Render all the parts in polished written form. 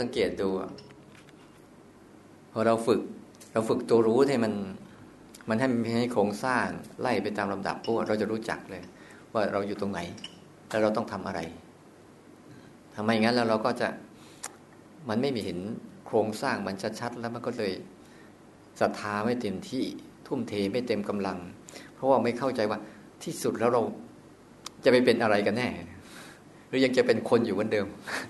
สังเกตดูพอเราฝึกตัวรู้ให้มันให้โครงสร้างไล่ไปตามลำดับพวกเราจะรู้จักเลยว่าเราอยู่ตรงไหนแล้วเราต้องทำอะไรทำไมงั้นแล้วเราก็จะมันไม่มีเห็นโครงสร้างมันชัดๆแล้วมันก็เลยศรัทธาไม่เต็มที่ทุ่มเทไม่เต็มกำลังเพราะว่าไม่เข้าใจว่าที่สุดแล้วเราจะไปเป็นอะไรกันแน่หรือยังจะเป็นคนอยู่เหมือนเดิม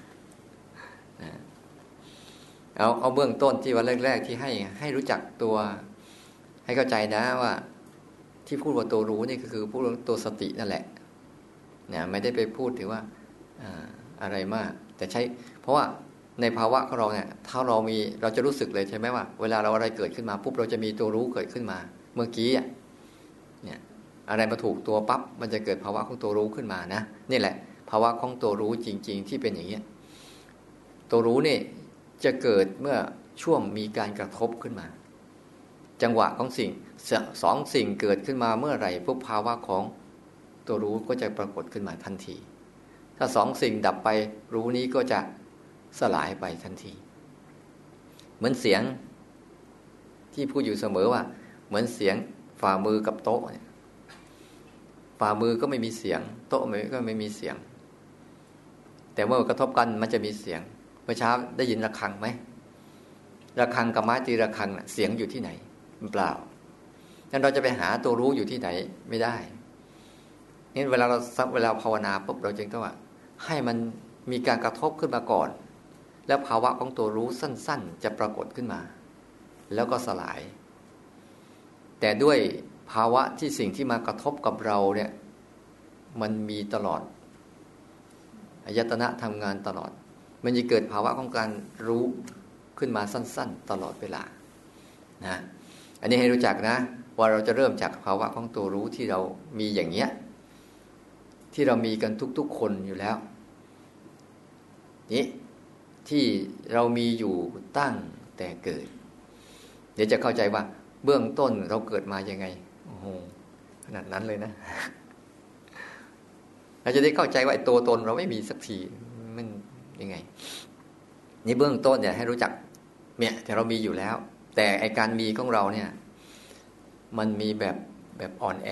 เอาเบื้องต้นที่วันแรกๆที่ให้รู้จักตัวให้เข้าใจนะว่าที่พูดว่าตัวรู้นี่ก็คือพูดตัวสตินั่นแหละเนี่ยไม่ได้ไปพูดถึงว่าอะไรมากแต่ใช้เพราะว่าในภาวะของเราเนี่ยถ้าเราจะรู้สึกเลยใช่ไหมว่าเวลาเราอะไรเกิดขึ้นมาปุ๊บเราจะมีตัวรู้เกิดขึ้นมาเมื่อกี้เนี่ยอะไรมาถูกตัวปั๊บมันจะเกิดภาวะของตัวรู้ขึ้นมานะนี่แหละภาวะของตัวรู้จริงๆที่เป็นอย่างนี้ตัวรู้นี่จะเกิดเมื่อช่วงมีการกระทบขึ้นมาจังหวะของสองสิ่งเกิดขึ้นมาเมื่อไหร่ปุ๊บภาวะของตัวรู้ก็จะปรากฏขึ้นมาทันทีถ้าสองสิ่งดับไปรู้นี้ก็จะสลายไปทันทีเหมือนเสียงที่พูดอยู่เสมอว่าเหมือนเสียงฝ่ามือกับโต๊ะเนี่ยฝ่ามือก็ไม่มีเสียงโต๊ะก็ไม่มีเสียงแต่เมื่อกระทบกันมันจะมีเสียงเมื่อเช้าได้ยินระฆังไหมระฆังกับไม้ตีระฆังน่ะเสียงอยู่ที่ไหนเปล่างั้นเราจะไปหาตัวรู้อยู่ที่ไหนไม่ได้งั้นเวลาภาวนาปุ๊บเราจึงต้องว่าให้มันมีการกระทบขึ้นมาก่อนแล้วภาวะของตัวรู้สั้นๆจะปรากฏขึ้นมาแล้วก็สลายแต่ด้วยภาวะที่สิ่งที่มากระทบกับเราเนี่ยมันมีตลอดอายตนะทำงานตลอดมันจะเกิดภาวะของการรู้ขึ้นมาสั้นๆตลอดเวลานะอันนี้ให้รู้จักนะว่าเราจะเริ่มจากภาวะของตัวรู้ที่เรามีอย่างเงี้ยที่เรามีกันทุกๆคนอยู่แล้วนี่ที่เรามีอยู่ตั้งแต่เกิดเดี๋ยวจะเข้าใจว่าเบื้องต้นเราเกิดมายังไงโอ้โหขนาดนั้นเลยนะเราจะได้เข้าใจว่าตัวตนเราไม่มีสักทีมันยังไงนี่เบื้องต้นเนี่ยให้รู้จักเนี่ยแต่เรามีอยู่แล้วแต่ไอการมีของเราเนี่ยมันมีแบบอ่อนแอ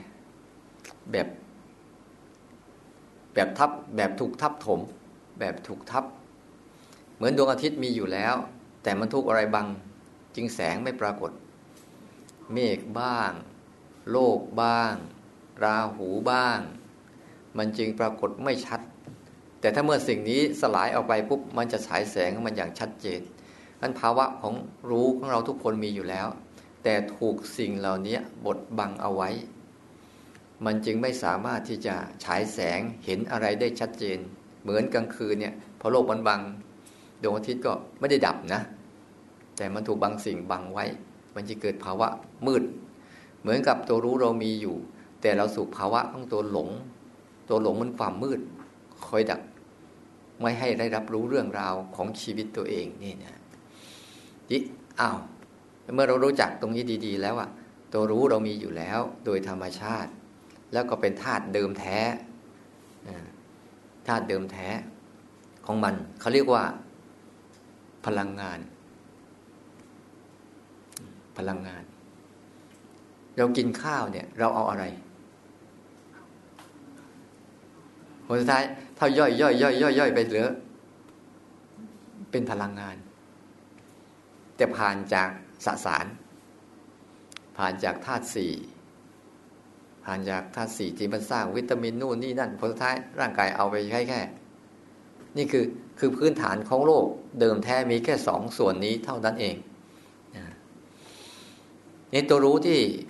แบบถูกทับถมแบบถูกทับเหมือนดวงอาทิตย์มีอยู่แล้วแต่มันถูกอะไรบังจึงแสงไม่ปรากฏเมฆบ้างโลกบ้างราหูบ้างมันจึงปรากฏไม่ชัดแต่ถ้าเมื่อสิ่งนี้สลายออกไปปุ๊บมันจะฉายแสงของมันอย่างชัดเจนนั่นภาวะของรู้ของเราทุกคนมีอยู่แล้วแต่ถูกสิ่งเหล่านี้บดบังเอาไว้มันจึงไม่สามารถที่จะฉายแสงเห็นอะไรได้ชัดเจนเหมือนกลางคืนเนี่ยพอโลกมันบังดวงอาทิตย์ก็ไม่ได้ดับนะแต่มันถูกบางสิ่งบังไว้มันจะเกิดภาวะมืดเหมือนกับตัวรู้เรามีอยู่แต่เราสู่ภาวะของตัวหลงมันความมืดคอยดักไม่ให้ได้รับรู้เรื่องราวของชีวิตตัวเองนี่นะเมื่อเรารู้จักตรงนี้ดีๆแล้วว่าตัวรู้เรามีอยู่แล้วโดยธรรมชาติแล้วก็เป็นธาตุเดิมแท้ธาตุเดิมแท้ของมันเขาเรียกว่าพลังงานเรากินข้าวเนี่ยเราเอาอะไรผลสุดท้ายเท่าย่อยไปเหลือเป็นพลังงานแต่ผ่านจากสสารผ่านจากธาตุสี่ที่มันสร้างวิตามินนู่นนี่นั่นผลสุดท้ายร่างกายเอาไปแค่นี่คือพื้นฐานของโลกเดิมแท้มีแค่2ส่วนนี้เท่านั้นเองนี่ตัวรู้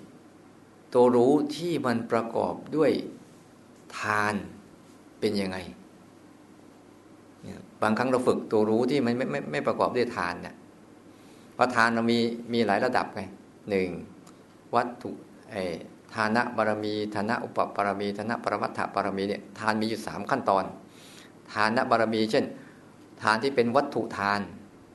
ที่มันประกอบด้วยทานเป็นยังไงบางครั้งเราฝึกตัวรู้ที่มันไม่ประกอบด้วยทานเนี่ยเพราะทานเรามีหลายระดับไง1วัตถุทานะบารมีทานะอุปปารมีทานะปรมัตถบารมีเนี่ยทานมีอยู่3ขั้นตอนทานะบารมีเช่นทานที่เป็นวัตถุทาน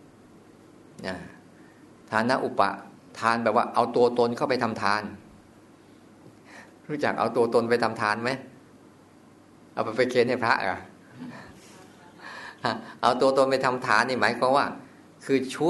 ทานะอุปทานแบบว่าเอาตัวตนเข้าไปทำทานรู้จักเอาตัวตนไปทำทานไหมเอาไปเค้นให้พระทเอาตัวตนไปทำทานนี่หมายความว่าคือช่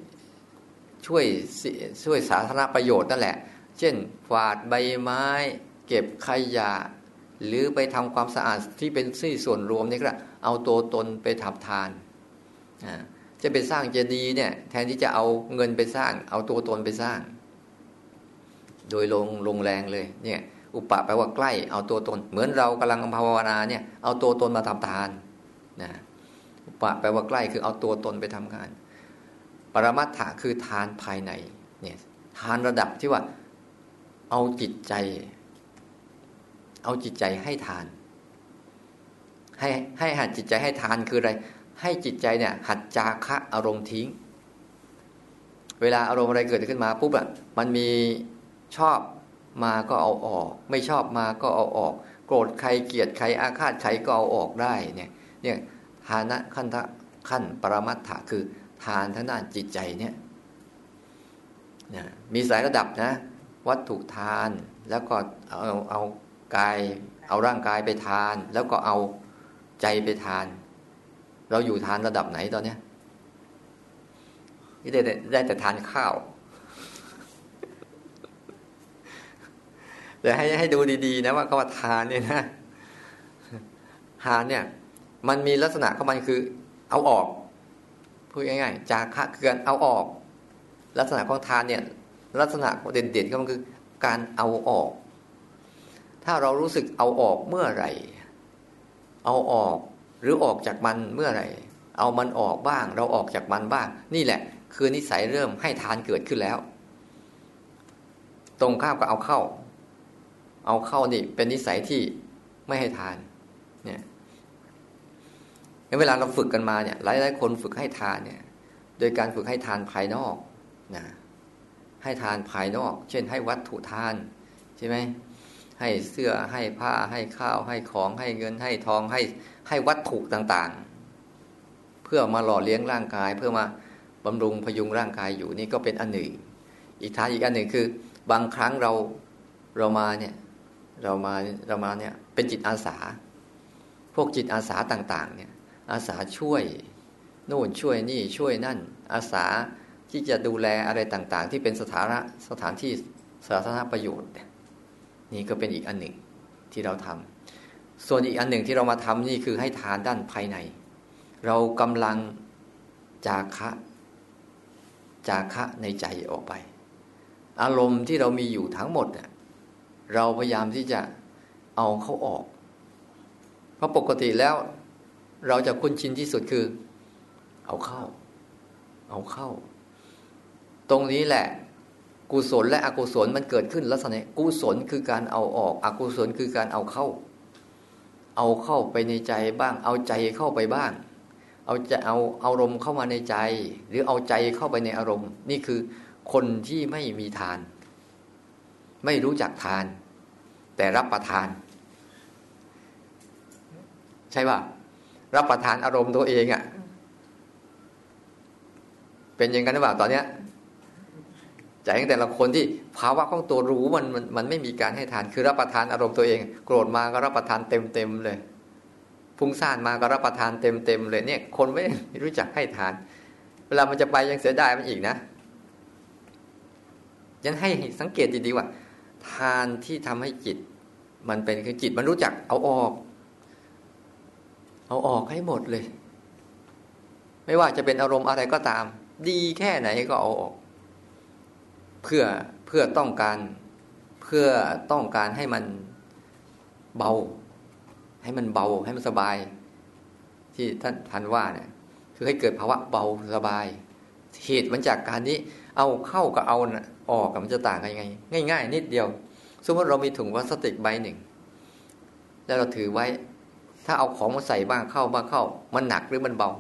วยสาธารณประโยชน์นั่นแหละเช่นกวาดใบไม้เก็บขยะหรือไปทำความสะอาดที่เป็นที่ส่วนรวมนี่ก็เอาตัวตนไปทำทานจะไปสร้างเจดีย์เนี่ยแทนที่จะเอาเงินไปสร้างเอาตัวตนไปสร้างโดยลงแรงเลยเนี่ยอุปะแปลว่าใกล้เอาตัวตนเหมือนเรากำลังภาวนาเนี่ยเอาตัวตนมาทำทานนะอุปะแปลว่าใกล้คือเอาตัวตนไปทำงานปรมัตถะคือทานภายในเนี่ยทานระดับที่ว่าเอาจิตใจให้ทานให้หัดจิตใจให้ทานคืออะไรให้จิตใจเนี่ยหัดจาคะอารมณ์ทิ้งเวลาอารมณ์อะไรเกิดขึ้นมาปุ๊บมันมีชอบมาก็เอาออกไม่ชอบมาก็เอาออกโกรธใครเกลียดใครอาฆาตใครก็เอาออกได้เนี่ยทานะขั้นปรมัตถะคือทานทางด้านจิตใจเนี่ยมีหลายระดับนะวัตถุทานแล้วก็เอากายเอาร่างกายไปทานแล้วก็เอาใจไปทานเราอยู่ทานระดับไหนตอนนี้นี่ได้แต่ทานข้าวแต่ให้ดูดีๆนะว่าคำว่าทานเนี่ยนะทานเนี่ยมันมีลักษณะของมันคือเอาออกพูดง่ายๆจาคะคือการเอาออกลักษณะของทานเนี่ยลักษณะเด่นๆก็มันคือการเอาออกถ้าเรารู้สึกเอาออกเมื่อไหร่เอาออกหรือออกจากมันเมื่อไหร่เอามันออกบ้างเราออกจากมันบ้างนี่แหละคือนิสัยเริ่มให้ทานเกิดขึ้นแล้วตรงข้ามกับเอาเข้านี่เป็นนิสัยที่ไม่ให้ทานเนี่ยเวลาเราฝึกกันมาเนี่ยหลายๆคนฝึกให้ทานเนี่ยโดยการฝึกให้ทานภายนอกนะให้ทานภายนอกเช่นให้วัตถุทานใช่ไหมให้เสื้อให้ผ้าให้ข้าวให้ของให้เงินให้ทองให้วัตถุต่างๆเพื่อมาหล่อเลี้ยงร่างกายเพื่อมาบำรุงพยุงร่างกายอยู่นี่ก็เป็นอันหนึ่งอีกทานอีกอันหนึ่งคือบางครั้งเรามาเนี่ยเป็นจิตอาสาพวกจิตอาสาต่างๆเนี่ยอาสาช่วยโน่นช่วยนี่ช่วยนั่นอาสาที่จะดูแลอะไรต่างๆที่เป็นสถานที่สาธารณประโยชน์นี่ก็เป็นอีกอันหนึ่งที่เราทำส่วนอีกอันหนึ่งที่เรามาทำนี่คือให้ทานด้านภายในเรากำลังจาคะในใจออกไปอารมณ์ที่เรามีอยู่ทั้งหมดเนี่ยเราพยายามที่จะเอาเข้าออกเพราะปกติแล้วเราจะคุ้นชินที่สุดคือเอาเข้าตรงนี้แหละกุศลและอกุศลมันเกิดขึ้นลักษณะกุศลคือการเอาออกอกุศลคือการเอาเข้าไปในใจบ้างเอาใจเข้าไปบ้างเอาอารมณ์เข้ามาในใจหรือเอาใจเข้าไปในอารมณ์นี่คือคนที่ไม่มีทานไม่รู้จักทานแต่รับประทานใช่ป่ะรับประทานอารมณ์ตัวเองอ่ะเป็นอย่างนั้นหรือเปล่าตอนเนี้ยใจของแต่ละคนที่ภาวะของตัวรู้มันไม่มีการให้ทานคือรับประทานอารมณ์ตัวเองโกรธมาก็รับประทานเต็มเลยฟุ้งซ่านมาก็รับประทานเต็มเลยเนี่ยคนไม่รู้จักให้ทานเวลามันจะไปยังเสียดายมันอีกนะยันให้สังเกตดีๆว่าทานที่ทำให้จิตมันเป็นคือจิตมันรู้จักเอาออกให้หมดเลยไม่ว่าจะเป็นอารมณ์อะไรก็ตามดีแค่ไหนก็เอาออกเพื่อต้องการให้มันเบาให้มันสบายที่ท่านว่าเนี่ยคือให้เกิดภาวะเบาสบายเหตุมันจากการนี้เอาเข้ากับเอาออกมันจะต่างกันยังไงง่ายๆนิดเดียวสมมติเรามีถุงพลาสติกใบหนึ่งแล้วเราถือไว้ถ้าเอาของมาใส่บ้างเข้ามันหนักหรือมันเบา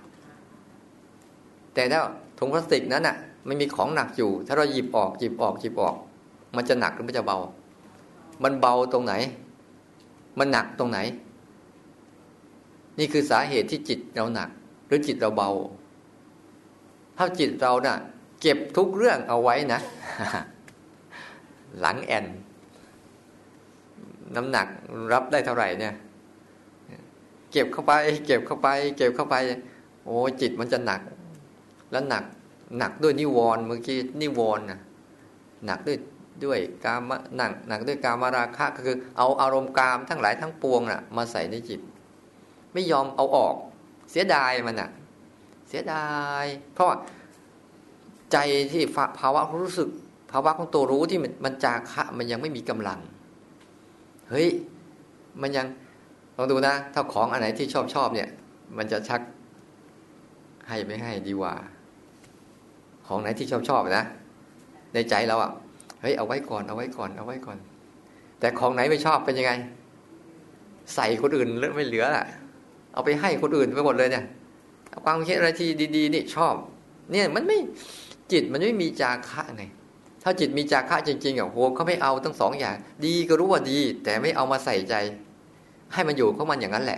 แต่ถ้าถุงพลาสติกนั้นน่ะมันมีของหนักอยู่ถ้าเราหยิบออกมันจะหนักหรือมันจะเบามันเบาตรงไหนมันหนักตรงไหนนี่คือสาเหตุที่จิตเราหนักหรือจิตเราเบาถ้าจิตเราน่ะเก็บทุกเรื่องเอาไว้นะ หลังแอนน้ำหนักรับได้เท่าไหร่เนี่ยเก็บเข้าไปเก็บเข้าไปเก็บเข้าไปโอ้จิตมันจะหนักแล้วหนักด้วยนิวรณ์เมื่อกี้นิวรณ์นะหนักด้วยกามหนักด้วยกามราคะก็คือเอาอารมณ์กามทั้งหลายทั้งปวงน่ะมาใส่ในจิตไม่ยอมเอาออกเสียดายมันน่ะเสียดายเพราะว่าใจที่ภาวะรู้สึกภาวะของตัวรู้ที่มันจาคะมันยังไม่มีกำลังเฮ้ยมันยังลองดูนะถ้าของอันไหนที่ชอบเนี่ยมันจะชักให้ไม่ให้ดีกว่าของไหนที่ชอบนะในใจเราอ่ะเฮ้ยเอาไว้ก่อนเอาไว้ก่อนเอาไว้ก่อนแต่ของไหนไม่ชอบเป็นยังไงใส่คนอื่นแล้วไม่เหลือละเอาไปให้คนอื่นไปหมดเลยเนี่ยความคิดอะไรที่ดีๆนี่ชอบเนี่ยมันไม่จิตมันไม่มีจาคะไงถ้าจิตมีจาคะจริงๆอ่ะโหเขาไม่เอาทั้งสองอย่างดีก็รู้ว่าดีแต่ไม่เอามาใส่ใจให้มันอยู่ของมันอย่างนั้นแหละ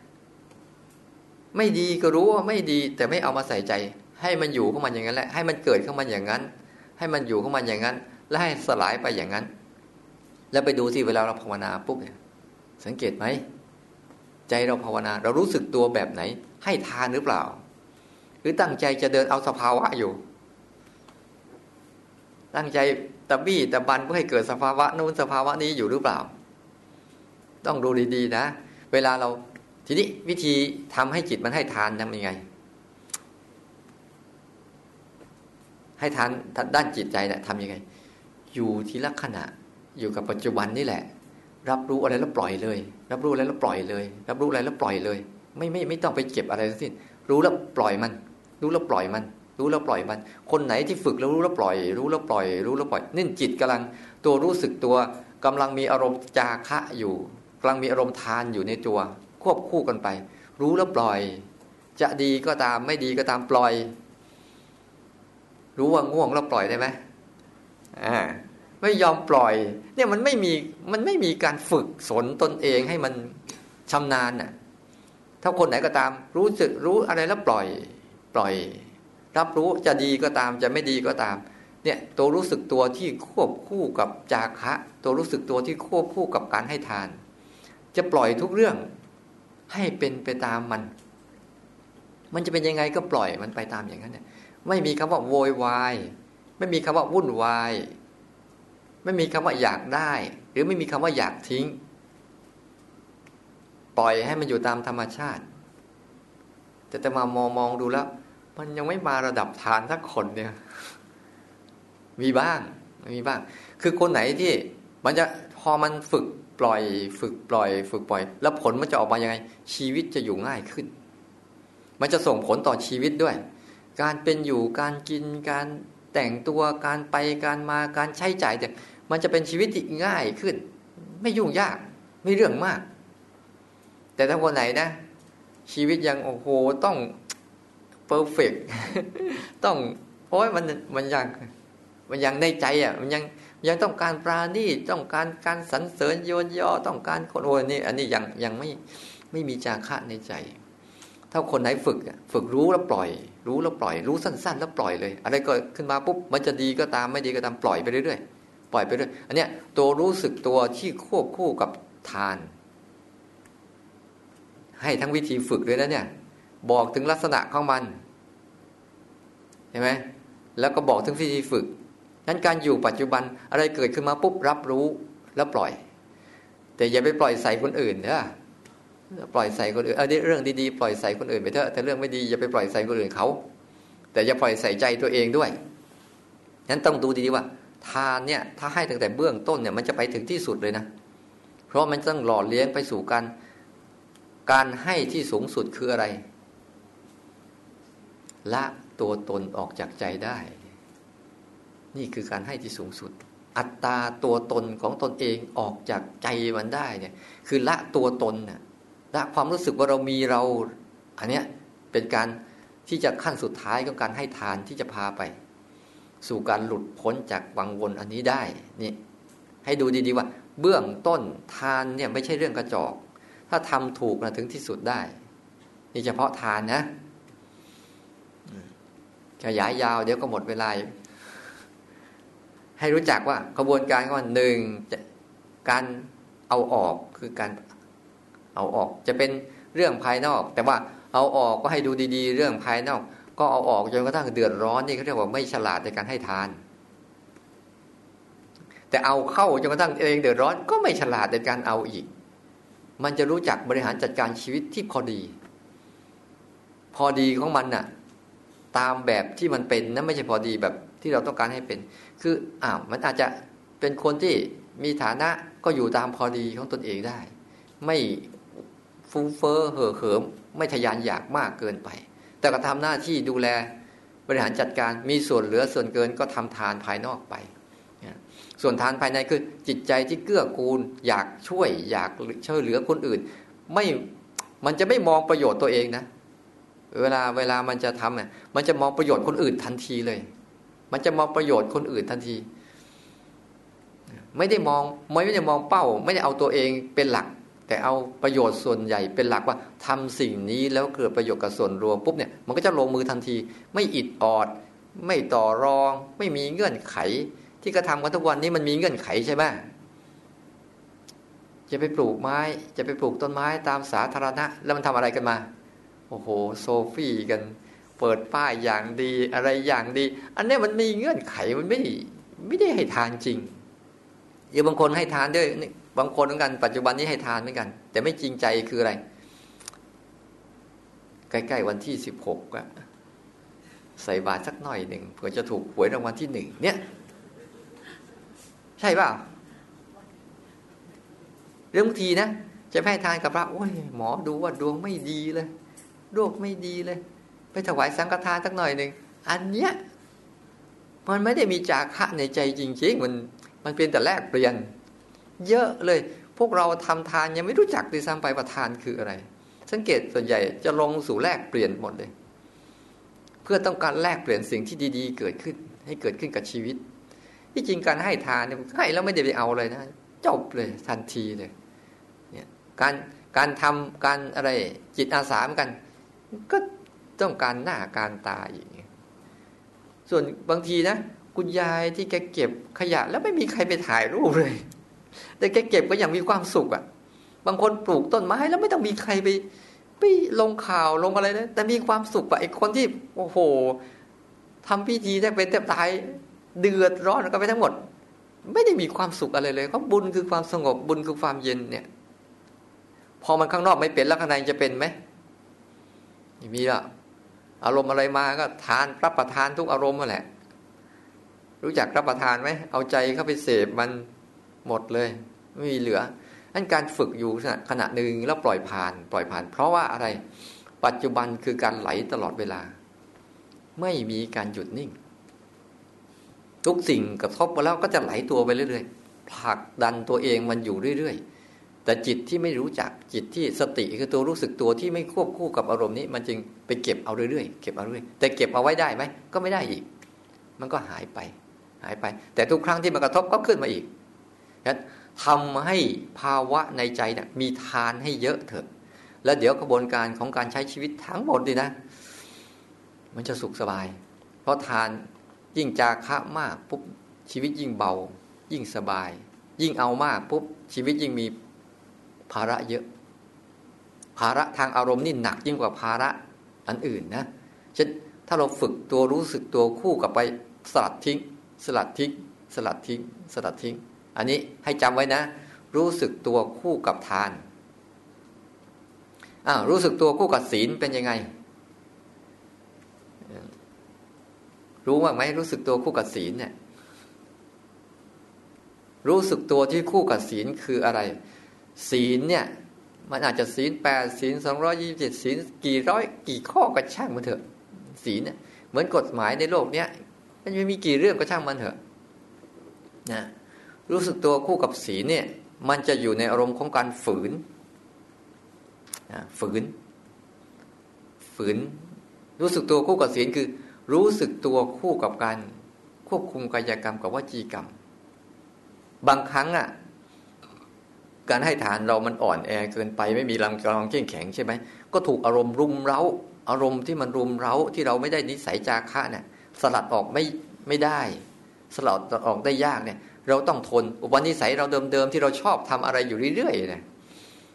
ไม่ดีก็รู้ว่าไม่ดีแต่ไม่เอามาใส่ใจให้มันอยู่ของมันอย่างนั้นแหละให้มันเกิดของมันอย่างนั้นให้มันอยู่ของมันอย่างนั้นและให้สลายไปอย่างนั้นแล้วไปดูที่เวลาเราภาวนาปุ๊บเนี่ยสังเกตไหมใจเราภาวนาเรารู้สึกตัวแบบไหนให้ทานหรือเปล่าหรือตั้งใจจะเดินเอาสภาวะอยู่ตั้งใจตะบี้ตะบันเพื่อให้เกิดสภาวะนู้นสภาวะนี้อยู่หรือเปล่าต้องดูดีๆนะเวลาเราทีนี้วิธีทำให้จิตมันให้ทานทำยังไงให้ทานด้านจิตใจเนี่ยทำยังไงอยู่ทีละขณะอยู่กับปัจจุบันนี่แหละรับรู้อะไรแล้วปล่อยเลยรับรู้อะไรแล้วปล่อยเลยรับรู้อะไรแล้วปล่อยเลยไม่ต้องไปเก็บอะไรทั้งสิ้นรู้แล้วปล่อยมันรู้แล้วปล่อยมันรู้แล้วปล่อยมันคนไหนที่ฝึกแล้วรู้แล้วปล่อยรู้แล้วปล่อยรู้แล้วปล่อยนี่จิตกำลังตัวรู้สึกตัวกำลังมีอารมณ์จาคะอยู่กำลังมีอารมณ์ทานอยู่ในตัวควบคู่กันไปรู้แล้วปล่อยจะดีก็ตามไม่ดีก็ตามปล่อยรู้ว่าง่วงแล้วปล่อยได้ไหมไม่ยอมปล่อยเนี่ยมันไม่มีการฝึกสนตนเองให้มันชำนาญน่ะถ้าคนไหนก็ตามรู้สึกรู้อะไรแล้วปล่อยรับรู้จะดีก็ตามจะไม่ดีก็ตามเนี่ยตัวรู้สึกตัวที่ควบคู่กับจาคะตัวรู้สึกตัวที่ควบคู่กับการให้ทานจะปล่อยทุกเรื่องให้เป็นไปตามมันจะเป็นยังไงก็ปล่อยมันไปตามอย่างนั้นเนี่ยไม่มีคำว่าโวยวายไม่มีคำว่าวุ่นวายไม่มีคำว่าอยากได้หรือไม่มีคำว่าอยากทิ้งปล่อยให้มันอยู่ตามธรรมชาติแต่มามองดูแล้วมันยังไม่มาระดับทานสักคนเนี่ยมีบ้างคือคนไหนที่มันจะพอมันฝึกปล่อยแล้วผลมันจะออกมายังไงชีวิตจะอยู่ง่ายขึ้นมันจะส่งผลต่อชีวิตด้วยการเป็นอยู่การกินการแต่งตัวการไปการมาการใช้จ่ายแต่มันจะเป็นชีวิตที่ง่ายขึ้นไม่ยุ่งยากไม่เรื่องมากแต่ถ้าคนไหนนะชีวิตยังโอ้โหต้องเพอร์เฟกต์ต้องโอ้ยมันยังในใจอ่ะมันยังต้องการปราณีตต้องการสรรเสริญโยนย่อต้องการคนโอ้ยนี่อันนี้ยังไม่มีจาคะในใจถ้าคนไหนฝึกรู้แล้วปล่อยรู้สั้นๆแล้วปล่อยเลยอะไรเกิดขึ้นมาปุ๊บมันจะดีก็ตามไม่ดีก็ตามปล่อยไปเรื่อยๆอันเนี้ยตัวรู้สึกตัวที่ควบคู่กับทานให้ทั้งวิธีฝึกด้วยนะเนี่ยบอกถึงลักษณะของมันเห็นไหมแล้วก็บอกถึงวิธีฝึกนั้นการอยู่ปัจจุบันอะไรเกิดขึ้นมาปุ๊บรับรู้แล้วปล่อยแต่อย่าไปปล่อยใส่คนอื่นเถอะปล่อยใส่คนอื่นเรื่องดีๆปล่อยใส่คนอื่นไปเถอะแต่เรื่องไม่ดีอย่าไปปล่อยใส่คนอื่นเขาแต่อย่าปล่อยใส่ใจตัวเองด้วยนั้นต้องดูดีๆว่าทานเนี่ยถ้าให้ตั้งแต่เบื้องต้นเนี่ยมันจะไปถึงที่สุดเลยนะเพราะมันต้องหล่อเลี้ยงไปสู่การให้ที่สูงสุดคืออะไรละตัวตนออกจากใจได้นี่คือการให้ที่สูงสุดอัตตาตัวตนของตนเองออกจากใจมันได้เนี่ยคือละตัวตนน่ะละความรู้สึกว่าเรามีเราอันเนี้ยเป็นการที่จะขั้นสุดท้ายของการให้ทานที่จะพาไปสู่การหลุดพ้นจากวังวนอันนี้ได้นี่ให้ดูดีๆว่าเบื้องต้นทานเนี่ยไม่ใช่เรื่องกระจอกถ้าทำถูกนะถึงที่สุดได้นี่เฉพาะทานนะขยายยาวเดี๋ยวก็หมดเวลาให้รู้จักว่ากระบวนการก็หนึ่งการเอาออกคือการเอาออกจะเป็นเรื่องภายนอกแต่ว่าเอาออกก็ให้ดูดีๆเรื่องภายนอกก็เอาออกจนกระทั่งเดือดร้อนนี่เขาเรียกว่าไม่ฉลาดในการให้ทานแต่เอาเข้าจนกระทั่งเองเดือดร้อนก็ไม่ฉลาดในการเอาอีกมันจะรู้จักบริหารจัดการชีวิตที่พอดีของมันน่ะตามแบบที่มันเป็นนะไม่ใช่พอดีแบบที่เราต้องการให้เป็นคือมันอาจจะเป็นคนที่มีฐานะก็อยู่ตามพอดีของตนเองได้ไม่ฟุ้งเฟ้อเห่อเหิมไม่ทะยานอยากมากเกินไปแต่ก็ทำหน้าที่ดูแลบริหารจัดการมีส่วนเหลือส่วนเกินก็ทำทานภายนอกไปส่วนทานภายในคือจิตใจที่เกื้อกูลอยากช่วยอยากช่วยเหลือคนอื่นมันจะไม่มองประโยชน์ตัวเองนะเวลามันจะทำเนี่ยมันจะมองประโยชน์คนอื่นทันทีเลยมันจะมองประโยชน์คนอื่นทันทีไม่ได้มองเป้าไม่ได้เอาตัวเองเป็นหลักแต่เอาประโยชน์ส่วนใหญ่เป็นหลักว่าทำสิ่งนี้แล้วเกิดประโยชน์กับส่วนรวมปุ๊บเนี่ยมันก็จะลงมือทันทีไม่อิดออดไม่ต่อรองไม่มีเงื่อนไขที่กระทำกันทุกวันนี้มันมีเงื่อนไขใช่ไหมจะไปปลูกไม้จะไปปลูกต้นไม้ตามสาธารณะแล้วมันทำอะไรกันมาโอ้โหโซฟี่กันเปิดป้ายอย่างดีอะไรอย่างดีอันนี้มันมีเงื่อนไขมันไม่ได้ให้ทานจริงอย่างบางคนให้ทานด้วยบางคนเหมือนกันปัจจุบันนี้ให้ทานเหมือนกันแต่ไม่จริงใจคืออะไรใกล้ๆวันที่16อะใส่บาตรสักหน่อยหนึ่งเผื่อจะถูกหวยรางวัลที่1เนี่ยใช่ป่ะเรื่องบางทีนะจะให้ทานกับพระโอ้ยหมอดูว่าดวงไม่ดีเลยโรคไม่ดีเลยไปถวายสังฆทานสักหน่อยหนึ่งอันเนี้ยมันไม่ได้มีจาคะในใจจริงๆมันเป็นแต่แลกเปลี่ยนเยอะเลยพวกเราทำทานยังไม่รู้จักด้วยซ้ำไปว่าทานคืออะไรสังเกตส่วนใหญ่จะลงสู่แลกเปลี่ยนหมดเลยเพื่อต้องการแลกเปลี่ยนสิ่งที่ดีๆเกิดขึ้นให้เกิดขึ้นกับชีวิตที่จริงการให้ทานเนี่ยให้แล้วไม่ได้ไปเอาเลยนะจบเลยทันทีเลยเนี่ยการทำการอะไรจิตอาสาเหมือนกันก็ต้องการหน้าการตาอย่างเงี้ยส่วนบางทีนะคุณยายที่แกเก็บขยะแล้วไม่มีใครไปถ่ายรูปเลยแต่แกเก็บก็ยังมีความสุขอ่ะบางคนปลูกต้นไม้แล้วไม่ต้องมีใครไปลงข่าวลงอะไรนะแต่มีความสุขอ่ะไอ้คนที่โอ้โหทำพิธีแทบเป็นแทบตายเดือดร้อนกันไปทั้งหมดไม่ได้มีความสุขอะไรเลยเพราะบุญคือความสงบบุญคือความเย็นเนี่ยพอมันข้างนอกไม่เป็นแล้วข้างในจะเป็นไหมมีละอารมณ์อะไรมาก็ทานรับประทานทุกอารมณ์นั่นแหละรู้จักรับประทานไหมเอาใจเข้าไปเสพมันหมดเลยไม่มีเหลือนั่นการฝึกอยู่ขณะหนึ่งแล้วปล่อยผ่านเพราะว่าอะไรปัจจุบันคือการไหลตลอดเวลาไม่มีการหยุดนิ่งทุกสิ่งกระทบมาแล้วก็จะไหลตัวไปเรื่อยๆผลักดันตัวเองมันอยู่เรื่อยๆแต่จิตที่ไม่รู้จักจิตที่สติคือตัวรู้สึกตัวที่ไม่ควบคู่กับอารมณ์นี้มันจึงไปเก็บเอาเรื่อยๆเก็บเอาเรื่อยแต่เก็บเอาไว้ได้ไหมก็ไม่ได้อีกมันก็หายไปแต่ทุกครั้งที่มันกระทบก็ขึ้นมาอีกงั้นทำให้ภาวะในใจเนี่ยมีทานให้เยอะเถอะแล้วเดี๋ยวกระบวนการของการใช้ชีวิตทั้งหมดดีนะมันจะสุขสบายเพราะทานยิ่งจาคะมากปุ๊บชีวิตยิ่งเบายิ่งสบายยิ่งเอามากปุ๊บชีวิตยิ่งมีภาระเยอะภาระทางอารมณ์นี่หนักยิ่งกว่าภาระอันอื่นนะเช่นถ้าเราฝึกตัวรู้สึกตัวคู่กับไปสลัดทิ้งอันนี้ให้จำไว้นะรู้สึกตัวคู่กับทานรู้สึกตัวคู่กับศีลเป็นยังไงรู้บ้างไหมรู้สึกตัวคู่กับศีลเนี่ยรู้สึกตัวที่คู่กับศีลคืออะไรศีลเนี่ยมันอาจจะศีล8ศีล227ศีลกี่ข้อก็ช่างมันเถอะศีลเนี่ยเหมือนกฎหมายในโลกเนี้ยมันไม่มีกี่เรื่องก็ช่างมันเถอะนะรู้สึกตัวคู่กับศีลเนี่ยมันจะอยู่ในอารมณ์ของการฝืนรู้สึกตัวคู่กับศีลคือรู้สึกตัวคู่กับการควบคุมกายกรรมกับวจีกรรมบางครั้งการให้ทานเรามันอ่อนแอเกินไปไม่มีกำลังเข้มแข็งใช่ไหมก็ถูกอารมณ์รุมเร้าอารมณ์ที่มันรุมเร้าที่เราไม่ได้นิสัยจาคะเนี่ยสลัดออกไม่ได้สลัดออกได้ยากเนี่ยเราต้องทนอุปนิสัยเราเดิมๆที่เราชอบทำอะไรอยู่เรื่อยๆเนี่ย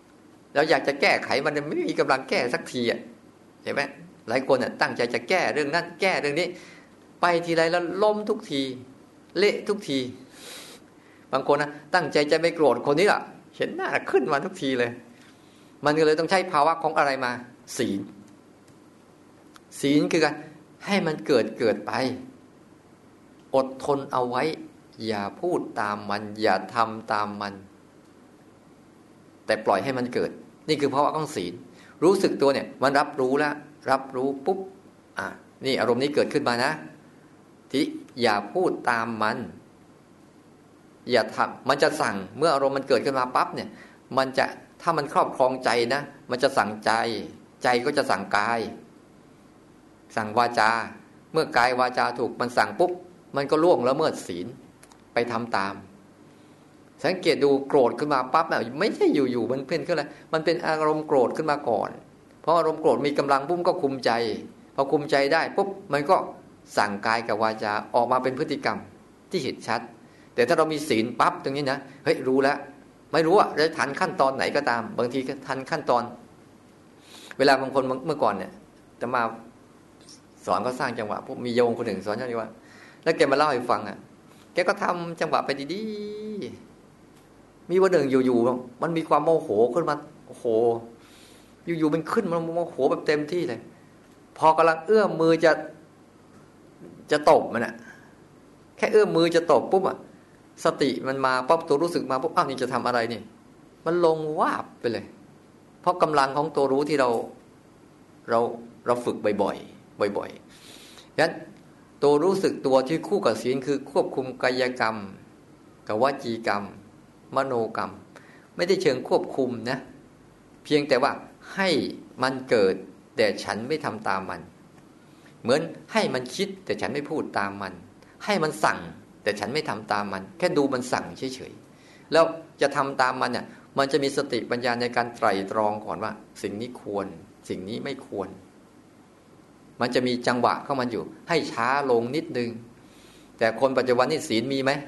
เราอยากจะแก้ไขมันไม่มีกำลังแก้สักทีเห็นไหมหลายคนตั้งใจจะแก้เรื่องนั้นแก้เรื่องนี้ไปทีไรแล้วล้มทุกทีเละทุกทีบางคนตั้งใจจะไม่โกรธคนนี้ล่ะเห็นหน้าขึ้นมาทุกทีเลยมันก็เลยต้องใช้ภาวะของอะไรมาศีลศีลคือการให้มันเกิดไปอดทนเอาไว้อย่าพูดตามมันอย่าทำตามมันแต่ปล่อยให้มันเกิดนี่คือภาวะของศีลรู้สึกตัวเนี่ยมันรับรู้แล้วรับรู้ปุ๊บนี่อารมณ์นี้เกิดขึ้นมานะที่อย่าพูดตามมันอย่าทำมันจะสั่งเมื่ออารมณ์มันเกิดขึ้นมาปั๊บเนี่ยมันจะถ้ามันครอบครองใจนะมันจะสั่งใจใจก็จะสั่งกายสั่งวาจาเมื่อกายวาจาถูกมันสั่งปุ๊บมันก็ล่วงละเมิดศีลไปทำตามสังเกตดูโกรธขึ้นมาปั๊บไม่ใช่อยู่ๆมันเป็นขึ้นเลยมันเป็นอารมณ์โกรธขึ้นมาก่อนเพราะอารมณ์โกรธมีกำลังปุ๊บก็คุมใจพอคุมใจได้ปุ๊บมันก็สั่งกายกับวาจาออกมาเป็นพฤติกรรมที่เห็นชัดแต่ถ้าเรามีศีลปั๊บตรงนี้นะเฮ้ยรู้แล้วไม่รู้จะทันขั้นตอนไหนก็ตามบางทีก็ทันขั้นตอนเวลาบางคนเมื่อก่อนเนี่ยจะมาสอนก็สร้างจังหวะปุ๊บมีโยมคนหนึ่งสอนอย่างนี้ว่าแล้วแกมาเล่าให้ฟังแกก็ทำจังหวะไปดีๆมีวันหนึ่งอยู่ๆมันมีความโมโหขึ้นมาโอ้โหอยู่ๆมันขึ้นมาโมโหแบบเต็มที่เลยพอกำลังเอื้อมมือจะตบมันแค่เอื้อมมือจะตบปุ๊บสติมันมาปั๊บตัวรู้สึกมาปุ๊บนี่จะทำอะไรนี่มันลงวาบไปเลยเพราะกำลังของตัวรู้ที่เราฝึกบ่อยๆฉะนั้นตัวรู้สึกตัวที่คู่กับศีลคือควบคุมกายกรรมกับวจีกรรมมโนกรรมไม่ได้เชิงควบคุมนะเพียงแต่ว่าให้มันเกิดแต่ฉันไม่ทำตามมันเหมือนให้มันคิดแต่ฉันไม่พูดตามมันให้มันสั่งแต่ฉันไม่ทำตามมันแค่ดูมันสั่งเฉยๆแล้วจะทำตามมันมันจะมีสติปัญญาในการไตร่ตรองก่อนว่าสิ่งนี้ควรสิ่งนี้ไม่ควรมันจะมีจังหวะเข้ามันอยู่ให้ช้าลงนิดนึงแต่คนปัจจุบันนี่ศีลมีไหม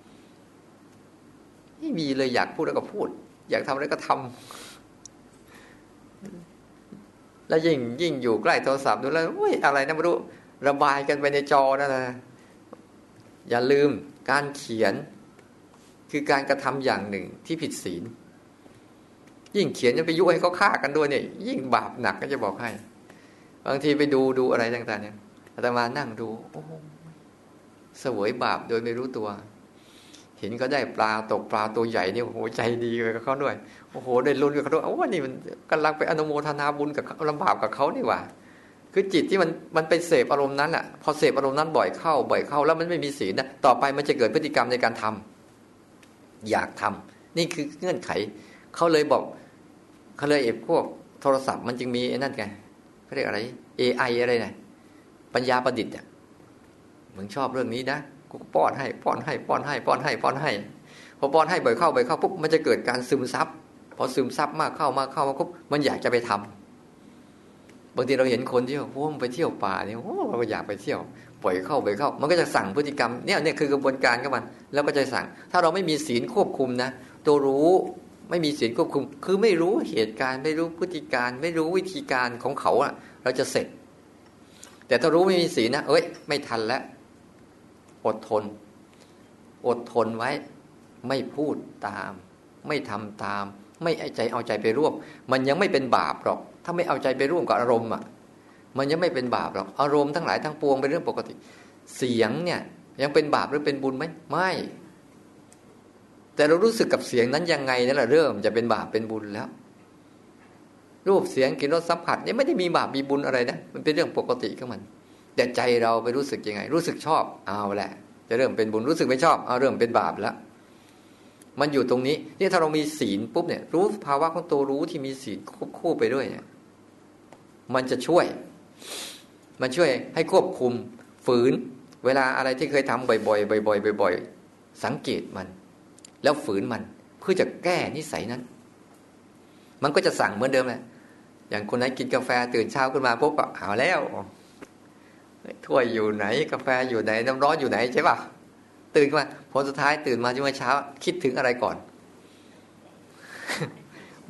ไม่มีเลยอยากพูดแล้วก็พูดอยากทำแล้วก็ทำแล้วยิ่งอยู่ใกล้โทรศัพท์ดูแล้วอะไรนะไม่รู้ระบายกันไปในจอนั่นนะอย่าลืมการเขียนคือการกระทำอย่างหนึ่งที่ผิดศีลยิ่งเขียนจะไปยุให้เขาฆ่ากันด้วยเนี่ยยิ่งบาปหนักก็จะบอกให้บางทีไปดูอะไรต่างๆเนี่ยอาตมานั่งดูโอ้เสวยบาปโดยไม่รู้ตัวเห็นก็ได้ปลาตกปลาตัวใหญ่เนี่ยโอ้โหใจดีกับเขาด้วยโอ้โหได้ลุ้นกับเขาด้วยนี่มันกำลังไปอนุโมทนาบุญกับลำบากกับเขานี่หว่าคือจิตที่มันไปเสพอารมณ์นั้นแหละพอเสพอารมณ์นั้นบ่อยเข้าแล้วมันไม่มีศีลนะต่อไปมันจะเกิดพฤติกรรมในการทำอยากทำนี่คือเงื่อนไขเขาเลยบอกเขาเลยพวกโทรศัพท์มันจึงมีไอ้นั่นไงเขาเรียกอะไร AI อะไรนะปัญญาประดิษฐ์มึงชอบเรื่องนี้นะกูป้อนให้พอป้อนให้บ่อยเข้าปุ๊บมันจะเกิดการซึมซับพอซึมซับมากเข้าปุ๊บมันอยากจะไปทำบางทีเราเห็นคนที่มันไปเที่ยวป่าเนี่ยเราก็อยากไปเที่ยวปล่อยเข้ามันก็จะสั่งพฤติกรรมเนี่ยคือกระบวนการของมันแล้วก็จะสั่งถ้าเราไม่มีศีลควบคุมนะตัวรู้ไม่มีศีลควบคุมคือไม่รู้เหตุการณ์ไม่รู้พฤติการไม่รู้วิธีการของเขาเราจะเสร็จแต่ถ้ารู้ไม่มีศีลนะไม่ทันแล้วอดทนไว้ไม่พูดตามไม่ทำตามไม่เอาใจไปร่วมมันยังไม่เป็นบาปหรอกถ้าไม่เอาใจไปร่วมกับอารมณ์มันยังไม่เป็นบาปหรอกอารมณ์ทั้งหลายทั้งปวงเป็นเรื่องปกติเสียงเนี่ยยังเป็นบาปหรือเป็นบุญไหมไม่แต่เรารู้สึกกับเสียงนั้นยังไงนั่นแหละเริ่มจะเป็นบาปเป็นบุญแล้วรูปเสียงกลิ่นรสสัมผัสนี่ไม่ได้มีบาปมีบุญอะไรนะมันเป็นเรื่องปกติของมันแต่ใจเราไปรู้สึกยังไงรู้สึกชอบเอาแหละจะเริ่มเป็นบุญรู้สึกไม่ชอบเอาเริ่มเป็นบาปแล้วมันอยู่ตรงนี้นี่ถ้าเรามีศีลปุ๊บเนี่ยรู้ภาวะของตัวรู้ที่มีศีลควบคู่ไปด้วยเนี่ยมันจะช่วยให้ควบคุมฝืนเวลาอะไรที่เคยทำบ่อยสังเกตมันแล้วฝืนมันเพื่อจะแก้นิสัยนั้นมันก็จะสั่งเหมือนเดิมเลยอย่างคนไหนกินกาแฟตื่นเช้าขึ้นมาปุ๊บก็เอาแล้วถ้วยอยู่ไหนกาแฟอยู่ไหนน้ำร้อนอยู่ไหนใช่ป่ะตื่นขึ้นมาผลสุดท้ายตื่นมาช่วงเช้าคิดถึงอะไรก่อน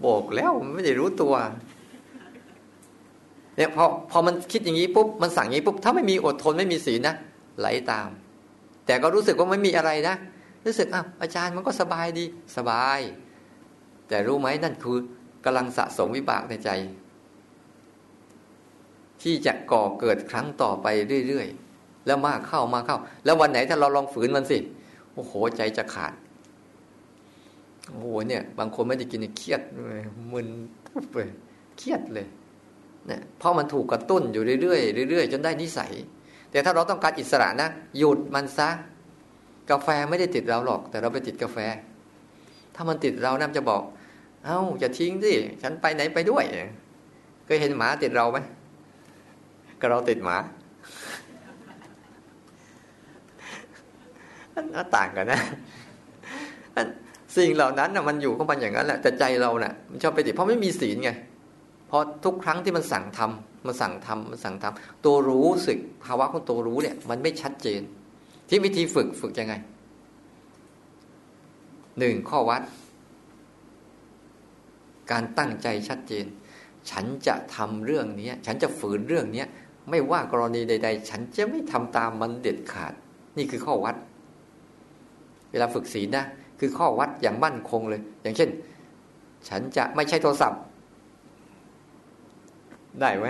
บอกแล้วมันไม่ได้รู้ตัวเนี่ยพอมันคิดอย่างนี้ปุ๊บมันสั่งอย่างนี้ปุ๊บถ้าไม่มีอดทนไม่มีศีลนะไหลตามแต่ก็รู้สึกว่าไม่มีอะไรนะรู้สึกอาจารย์มันก็สบายดีสบายแต่รู้ไหมนั่นคือกำลังสะสมวิบากในใจที่จะก่อเกิดครั้งต่อไปเรื่อยๆแล้วมากเข้าแล้ววันไหนถ้าเราลองฝืนมันสิโอ้โหใจจะขาดโอ้โหเนี่ยบางคนไม่ได้กินเครียดเลยมึนปุ๊บเลยเครียดเลยเนี่ยเพราะมันถูกกระตุ้นอยู่เรื่อยๆเรื่อยๆจนได้นิสัยแต่ถ้าเราต้องการอิสระนะหยุดมันซะกาแฟไม่ได้ติดเราหรอกแต่เราไปติดกาแฟถ้ามันติดเรานะจะบอกอย่าทิ้งสิฉันไปไหนไปด้วยเคยเห็นหมาติดเราไหมก็เราติดหมาอันต่างกันนะสิ่งเหล่านั้นนะมันอยู่ของมันอย่างนั้นแหละแต่ใจเราน่ะมันชอบไปติดเพราะไม่มีศีลไงพอทุกครั้งที่มันสั่งทำตัวรู้สึกภาวะของตัวรู้เนี่ยมันไม่ชัดเจนที่วิธีฝึกยังไง1ข้อวัดการตั้งใจชัดเจนฉันจะทำเรื่องนี้ฉันจะฝืนเรื่องนี้ไม่ว่ากรณีใดๆฉันจะไม่ทำตามมันเด็ดขาดนี่คือข้อวัดเวลาฝึกศีลนะคือข้อวัดอย่างมั่นคงเลยอย่างเช่นฉันจะไม่ใช้โทรศัพท์ได้ไหม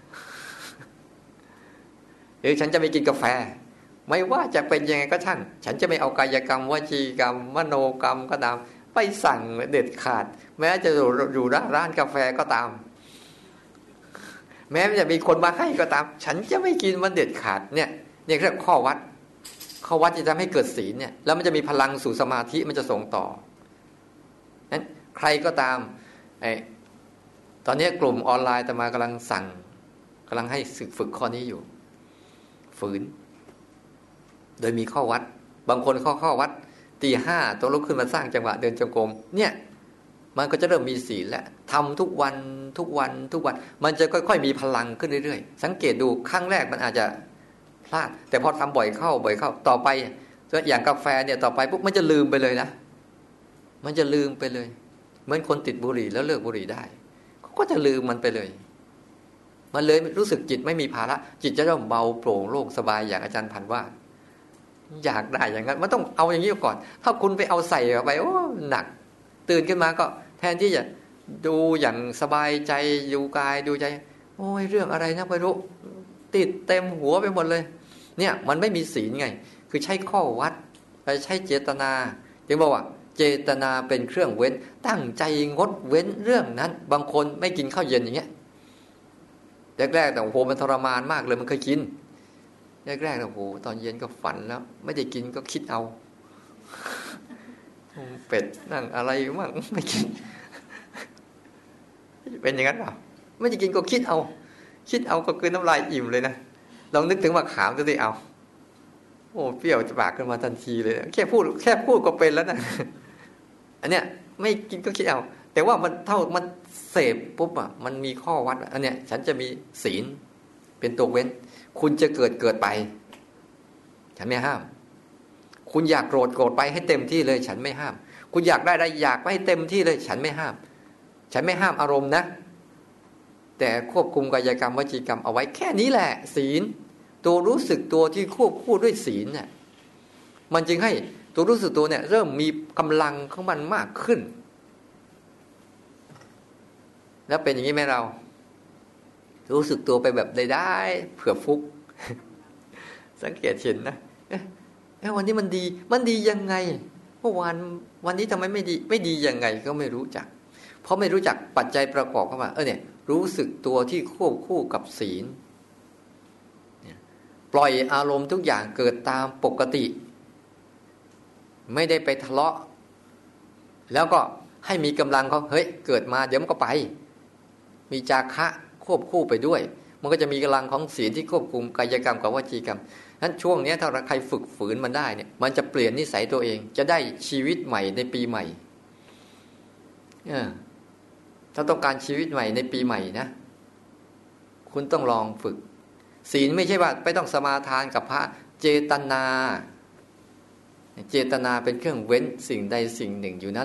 หรือฉันจะไม่กินกาแฟไม่ว่าจะเป็นยังไงก็ช่างฉันจะไม่เอากายกรรมวจีกรรมมโนกรรมก็ตามไปสั่งเด็ดขาดแม้จะอยู่ร้านกาแฟก็ตามแม้จะมีคนมาให้ก็ตามฉันจะไม่กินมันเด็ดขาดเนี่ยเรียกข้อวัดจะทำให้เกิดศีลเนี่ยแล้วมันจะมีพลังสู่สมาธิมันจะส่งต่อนั้นใครก็ตามตอนนี้กลุ่มออนไลน์แต่มากำลังให้ฝึกข้อนี้อยู่ฝืนโดยมีข้อวัดบางคนข้อวัดตี 5ต้องลุกขึ้นมาสร้างจังหวะเดินจงกรมเนี่ยมันก็จะเริ่มมีศีลแล้วทำทุกวันมันจะค่อยๆมีพลังขึ้นเรื่อยๆสังเกตดูครั้งแรกมันอาจจะพลาดแต่พอทำบ่อยเข้าต่อไปอย่างกาแฟเนี่ยต่อไปปุ๊บมันจะลืมไปเลยนะมันจะลืมไปเลยเหมือนคนติดบุหรี่แล้วเลิกบุหรี่ได้เขาก็จะลืมมันไปเลยมันเลยรู้สึกจิตไม่มีภาระจิตจะเริ่มเบาโปร่งโล่งสบายอย่างอาจารย์พันว่าอยากได้อย่างนั้นมันต้องเอาอย่างนี้ก่อนถ้าคุณไปเอาใส่เข้าไปโอ้หนักตื่นขึ้นมาก็แทนที่จะดูอย่างสบายใจดูกายดูใจโอ้ยเรื่องอะไรนะไม่รู้ติดเต็มหัวไปหมดเลยเนี่ยมันไม่มีศีลไงคือใช้ข้อวัดไปใช้เจตนาจึงบอกว่าเจตนาเป็นเครื่องเว้นตั้งใจงดเว้นเรื่องนั้นบางคนไม่กินข้าวเย็นอย่างเงี้ยแรกๆแต่โอ้โหมันทรมานมากเลยมันเคยกินแรกๆโอ้โหตอนเย็นก็ฝันแล้วไม่ได้กินก็คิดเอาเป็ดนั่งอะไรมั่งไม่กินเป็นอย่างนั้นเปล่าไม่ได้กินก็คิดเอาก็คือน้ำลายอิ่มเลยนะลองนึกถึงมะขามจะได้เอาโอ้เปรี้ยวจะปากขึ้นมาทันทีเลยแค่พูดก็เป็นแล้วนะอันเนี้ยไม่กินก็คิดเอาแต่ว่ามันเท่ามันเสพปุ๊บมันมีข้อวัดอันเนี้ยฉันจะมีศีลเป็นตัวเว้นคุณจะเกิดไปฉันไม่ห้ามคุณอยากโกรธไปให้เต็มที่เลยฉันไม่ห้ามคุณอยากได้อยากไปให้เต็มที่เลยฉันไม่ห้ามอารมณ์นะแต่ควบคุมกายกรรมวจีกรรมเอาไว้แค่นี้แหละศีลตัวรู้สึกตัวที่ควบคู่ด้วยศีลเนี่ยมันจึงให้ตัวรู้สึกตัวเนี่ยเริ่มมีกำลังของมันมากขึ้นแล้วเป็นอย่างนี้ไหมเรารู้สึกตัวไปแบบได้เผื่อฟุกสังเกตเห็นนะวันนี้มันดียังไงเมื่อวันนี้ทำไมไม่ดียังไงก็ไม่รู้จักเพราะไม่รู้จักปัจจัยประกอบเข้ามาเนี่ยรู้สึกตัวที่ควบคู่กับศีลปล่อยอารมณ์ทุกอย่างเกิดตามปกติไม่ได้ไปทะเลาะแล้วก็ให้มีกำลังเขาเกิดมาเดี๋ยวมันก็ไปมีจาคะควบคู่ไปด้วยมันก็จะมีกำลังของศีลที่ควบคุมกายกรรมกับวจีกรรมนั้นช่วงนี้ถ้าใครฝึกฝืนมันได้เนี่ยมันจะเปลี่ยนนิสัยตัวเองจะได้ชีวิตใหม่ในปีใหม่ถ้าต้องการชีวิตใหม่ในปีใหม่นะคุณต้องลองฝึกศีลไม่ใช่ว่าไปต้องสมาทานกับพระเจตนาเป็นเครื่องเว้นสิ่งใดสิ่งหนึ่งอยู่นั่นแหละ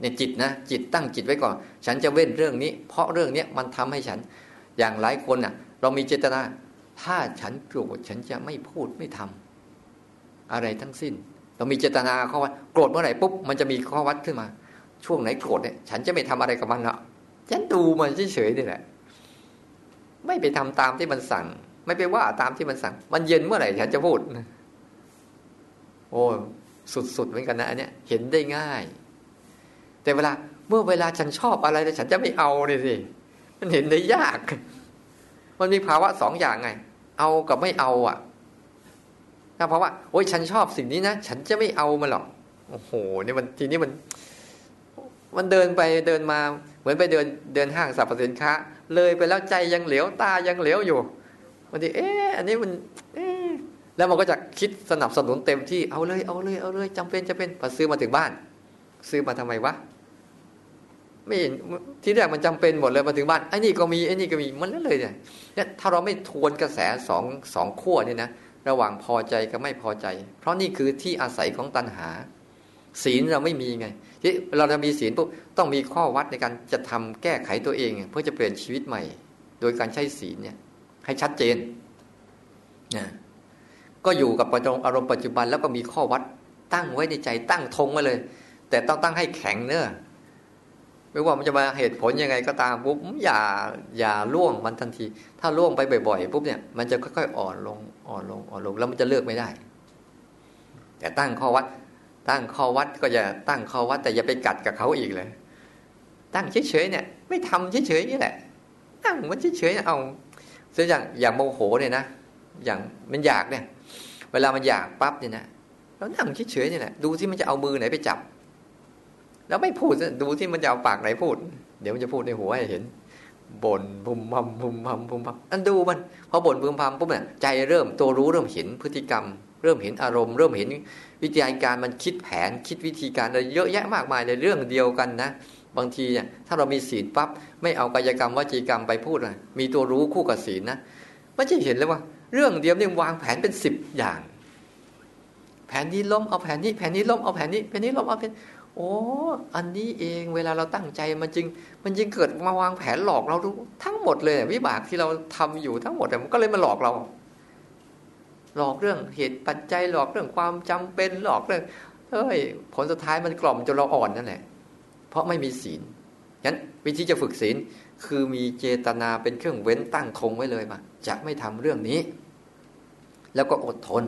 เนี่ยจิตนะจิตตั้งจิตไว้ก่อนฉันจะเว้นเรื่องนี้เพราะเรื่องนี้มันทำให้ฉันอย่างหลายคนน่ะเรามีเจตนาถ้าฉันโกรธฉันจะไม่พูดไม่ทำอะไรทั้งสิ้นเรามีเจตนาข้อวัดโกรธเมื่อไหร่ปุ๊บมันจะมีข้อวัดขึ้นมาช่วงไหนโกรธเนี่ยฉันจะไม่ทำอะไรกับมันละฉันดูมันเฉยๆนี่แหละไม่ไปทำตามที่มันสั่งไม่ไปว่าตามที่มันสั่งมันเย็นเมื่อไหร่ฉันจะพูดโอ้สุดๆเหมือนกันนะอันเนี้ยเห็นได้ง่ายแต่เมื่อเวลาฉันชอบอะไรแต่ฉันจะไม่เอาเลยสิมันเห็นได้ยากมันมีภาวะสองอย่างไงเอากับไม่เอาอ่ะถ้าเพราะว่าโอ๊ยฉันชอบสิ่งนี้นะฉันจะไม่เอามันหรอกโอ้โหนี่มันทีนี้มันเดินไปเดินมาเหมือนไปเดินห้างสรรพสินค้าเลยไปแล้วใจยังเหลวตายังเหลวอยู่บางทีอันนี้มันแล้วมันก็จะคิดสนับสนุนเต็มที่เอาเลยจำเป็นพอซื้อมาถึงบ้านซื้อมาทำไมวะไม่เห็นที่แรกมันจำเป็นหมดเลยมาถึงบ้านไอ้นี่ก็มีมันเลยเนี่ยถ้าเราไม่ทวนกระแสสองขั้วนี่นะระหว่างพอใจกับไม่พอใจเพราะนี่คือที่อาศัยของตัณหาศีลเราไม่มีไงที่เราจะมีศีลปุ๊บต้องมีข้อวัดในการจะทำแก้ไขตัวเองเพื่อจะเปลี่ยนชีวิตใหม่โดยการใช้ศีลเนี่ยให้ชัดเจนนะก็อยู่กับอารมณ์ปัจจุบันแล้วก็มีข้อวัดตั้งไว้ในใจตั้งธงไว้เลยแต่ต้องตั้งให้แข็งเนอะไม่ว่ามันจะมาเหตุผลยังไงก็ตามปุ๊บอย่าล่วงมันทันทีถ้าล่วงไปบ่อยๆปุ๊บเนี่ยมันจะค่อยๆอ่อนลงแล้วมันจะเลิกไม่ได้แต่ตั้งข้อวัดก็อย่าตั้งข้อวัดแต่อย่าไปกัดกับเขาอีกเลยตั้งเฉยๆเนี่ยไม่ทำเฉยๆนี่แหละตั้งมันเฉยๆเอาเช่นอย่างโมโหเนี่ยนะอย่างมันอยากเนี่ยเวลามันอยากปั๊บเนี่ยนะเรานั่งเฉยๆนี่แหละดูที่มันจะเอามือไหนไปจับแล้วไม่พูดดูที่มันจะเอาปากไหนพูดเดี๋ยวมันจะพูดในหัวให้เห็นบ่นพุมพำอันดูมันพอบ่นพุมพำปุ๊บเนี่ยใจเริ่มตัวรู้เริ่มเห็นพฤติกรรมเริ่มเห็นอารมณ์เริ่มเห็นวิธีการมันคิดแผนคิดวิธีการอะไรเยอะแยะมากมายในเรื่องเดียวกันนะบางทีเนี่ยถ้าเรามีศีลปั๊บไม่เอากายกรรมวจีกรรมไปพูดนะมีตัวรู้คู่กับศีลนะมันจะเห็นเลยว่าเรื่องเดียวเนี่ยวางแผนเป็น10อย่างแผนนี้ล้มเอาแผนนี้แผนนี้ล้มเอาแผนนี้ล้มเอาแผนโอ้อันนี้เองเวลาเราตั้งใจมันจึงเกิดมาวางแผนหลอกเราทั้งหมดเลยวิบากที่เราทำอยู่ทั้งหมดมันก็เลยมาหลอกเราหลอกเรื่องเหตุปัจจัยหลอกเรื่องความจำเป็นหลอกเรื่องผลสุดท้ายมันกล่อมจนเราอ่อนนั่นแหละเพราะไม่มีศีลงั้นวิธีจะฝึกศีลคือมีเจตนาเป็นเครื่องเว้นตั้งธงไว้เลยว่าจะไม่ทำเรื่องนี้แล้วก็อดทน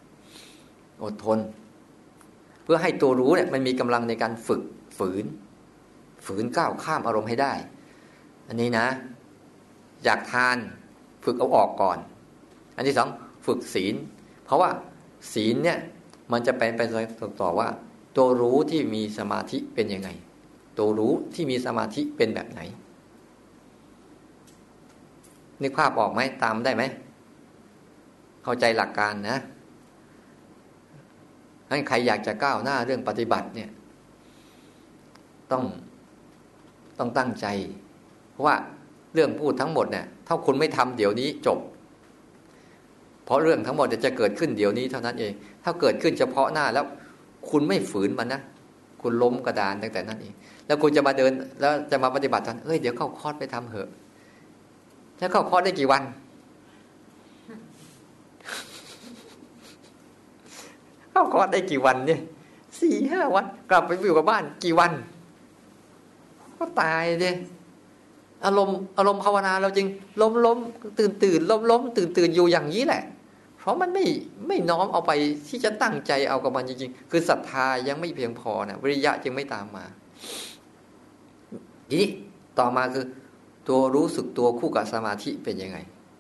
เพื่อให้ตัวรู้เนี่ยมันมีกำลังในการฝืนก้าวข้ามอารมณ์ให้ได้อันนี้นะอยากทานฝึกเอาออกก่อนอันที่สองฝึกศีลเพราะว่าศีลเนี่ยมันจะไปต่อว่าตัวรู้ที่มีสมาธิเป็นยังไงตัวรู้ที่มีสมาธิเป็นแบบไหนนึกภาพออกไหมตามได้ไหมเข้าใจหลักการนะให้ใครอยากจะก้าวหน้าเรื่องปฏิบัติเนี่ยต้องตั้งใจเพราะว่าเรื่องพูดทั้งหมดเนี่ยถ้าคุณไม่ทำเดี๋ยวนี้จบเพราะเรื่องทั้งหมดจะเกิดขึ้นเดี๋ยวนี้เท่านั้นเองถ้าเกิดขึ้นเฉพาะหน้าแล้วคุณไม่ฝืนมันนะคุณล้มกระดานตั้งแต่นั้นเองแล้วคุณจะมาเดินแล้วจะมาปฏิบัติตอนเดี๋ยวเข้าคอร์สไปทำเหอะแล้วเข้าคอร์สได้กี่วันเข้าคอร์สได้กี่วันเนี่ย 4-5 วันกลับไปอยู่กับบ้านกี่วันก็ตายดิอารมณ์ภาวนาเราจริงล้มตื่นล้มตื่นอยู่อย่างนี้แหละเพราะมันไม่น้อมเอาไปที่จะตั้งใจเอากับมันจริงๆคือศรัทธายังไม่เพียงพอนะวิริยะจึงไม่ตามมาทีนี้ต่อมาคือตัวรู้สึกตัวคู่กับสมาธิเป็นยังไง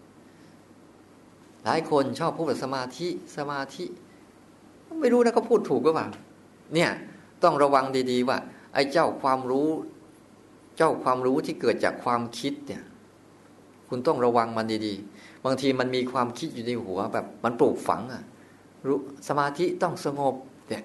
หลายคนชอบพูดแบบสมาธิไม่รู้นะเขาพูดถูกหรือเปล่าเนี่ยต้องระวังดีๆว่าไอ้เจ้าความรู้ที่เกิดจากความคิดเนี่ยคุณต้องระวังมันดีๆบางทีมันมีความคิดอยู่ในหัวแบบมันปลูกฝังรู้สมาธิต้องสงบเนี่ย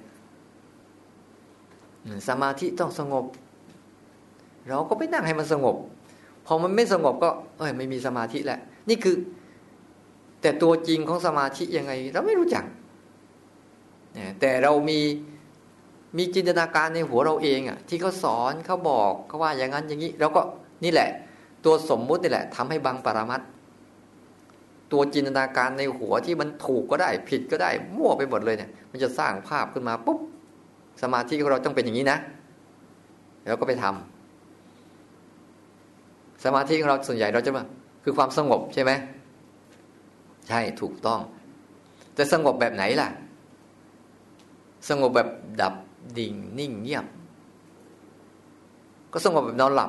สมาธิต้องสงบเราก็ไปนั่งให้มันสงบพอมันไม่สงบก็ไม่มีสมาธิแล้วนี่คือแต่ตัวจริงของสมาธิยังไงเราไม่รู้จักแต่เรามีมีจินตนาการในหัวเราเองอ่ะที่เขาสอนเขาบอกเขาว่าอย่างนั้นอย่างนี้เราก็นี่แหละตัวสมมุตินี่แหละทำให้บังปรามัตถ์ตัวจินตนาการในหัวที่มันถูกก็ได้ผิดก็ได้มั่วไปหมดเลยเนี่ยมันจะสร้างภาพขึ้นมาปุ๊บสมาธิของเราต้องเป็นอย่างนี้นะแล้วก็ไปทำสมาธิของเราส่วนใหญ่เราจะว่าคือความสงบใช่ไหมใช่ถูกต้องแต่สงบแบบไหนล่ะสงบแบบดับดิ่งนิ่งเงียบก็สงบแบบนอนหลับ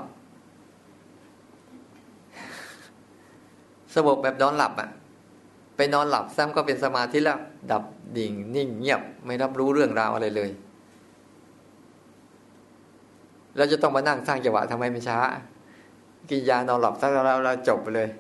สงบแบบนอนหลับอ่ะไปนอนหลับซ้ำก็เป็นสมาธิแล้วดับดิ่งนิ่งเงียบไม่รับรู้เรื่องราวอะไรเลยเราจะต้องมานั่งสร้างจังหวะทำไมไม่ช้ากินยานอนหลับสักแล้วเราจบไปเลย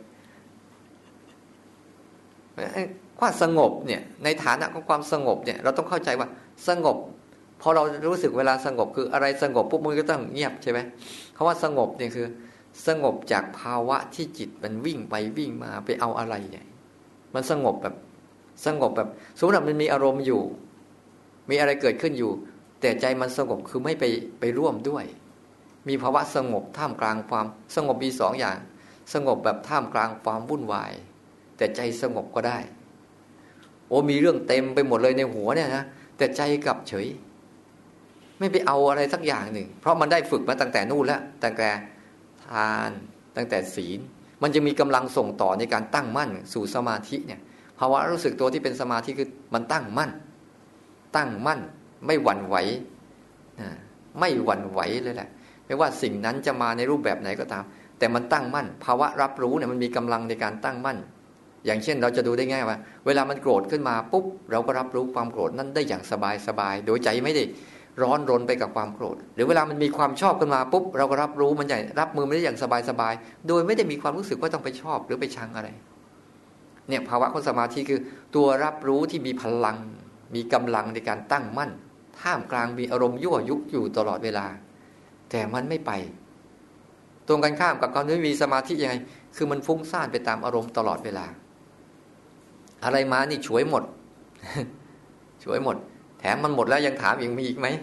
ความสงบเนี่ยในฐานะของความสงบเนี่ยเราต้องเข้าใจว่าสงบพอเรารู้สึกเวลาสงบคืออะไรสงบปุ๊บมันก็ต้องเงียบใช่ไหมคำว่าสงบเนี่ยคือสงบจากภาวะที่จิตมันวิ่งไปวิ่งมาไปเอาอะไรเนี่ยมันสงบแบบสมมติว่ามันมีอารมณ์อยู่มีอะไรเกิดขึ้นอยู่แต่ใจมันสงบคือไม่ไปร่วมด้วยมีภาวะสงบท่ามกลางความสงบมีสองอย่างสงบแบบท่ามกลางความวุ่นวายแต่ใจสงบก็ได้โอ้มีเรื่องเต็มไปหมดเลยในหัวเนี่ยนะแต่ใจกลับเฉยไม่ไปเอาอะไรสักอย่างหนึ่งเพราะมันได้ฝึกมาตั้งแต่นู่นแล้วตั้งแต่ทานตั้งแต่ศีลมันจะมีกำลังส่งต่อในการตั้งมั่นสู่สมาธิเนี่ยภาวะรู้สึกตัวที่เป็นสมาธิคือมันตั้งมั่นไม่หวั่นไหวไม่หวั่นไหวเลยแหละไม่ว่าสิ่งนั้นจะมาในรูปแบบไหนก็ตามแต่มันตั้งมั่นภาวะรับรู้เนี่ยมันมีกำลังในการตั้งมั่นอย่างเช่นเราจะดูได้ง่ายว่าเวลามันโกรธขึ้นมาปุ๊บเราก็รับรู้ความโกรธนั้นได้อย่างสบายโดยใจไม่ได้ร้อนรนไปกับความโกรธหรือเวลามันมีความชอบขึ้นมาปุ๊บเราก็รับรู้มันอย่างรับมือมันได้อย่างสบายโดยไม่ได้มีความรู้สึกว่าต้องไปชอบหรือไปชังอะไรเนี่ยภาวะของสมาธิคือตัวรับรู้ที่มีพลังมีกำลังในการตั้งมั่นท่ามกลางมีอารมณ์ยั่วยุอยู่ตลอดเวลาแต่มันไม่ไปตรงกันข้ามกับการไม่มีสมาธิยังไงคือมันฟุ้งซ่านไปตามอารมณ์ตลอดเวลาอะไรมานี่ฉวยหมด ฉวยหมดแถมมันหมดแล้วยังถามอีกมีอีกไหม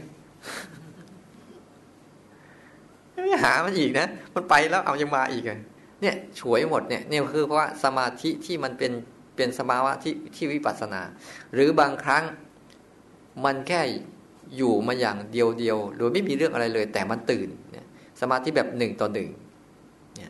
ไม่หามันอีกนะมันไปแล้วเอายังมาอีกเนี่ยฉวยหมดเนี่ยคือเพราะว่าสมาธิที่มันเป็นสมาธิที่วิปัสสนาหรือบางครั้งมันแค่อยู่มาอย่างเดียวโดยไม่มีเรื่องอะไรเลยแต่มันตื่นเนี่ยสมาธิแบบ1 ต่อ 1เนี่ย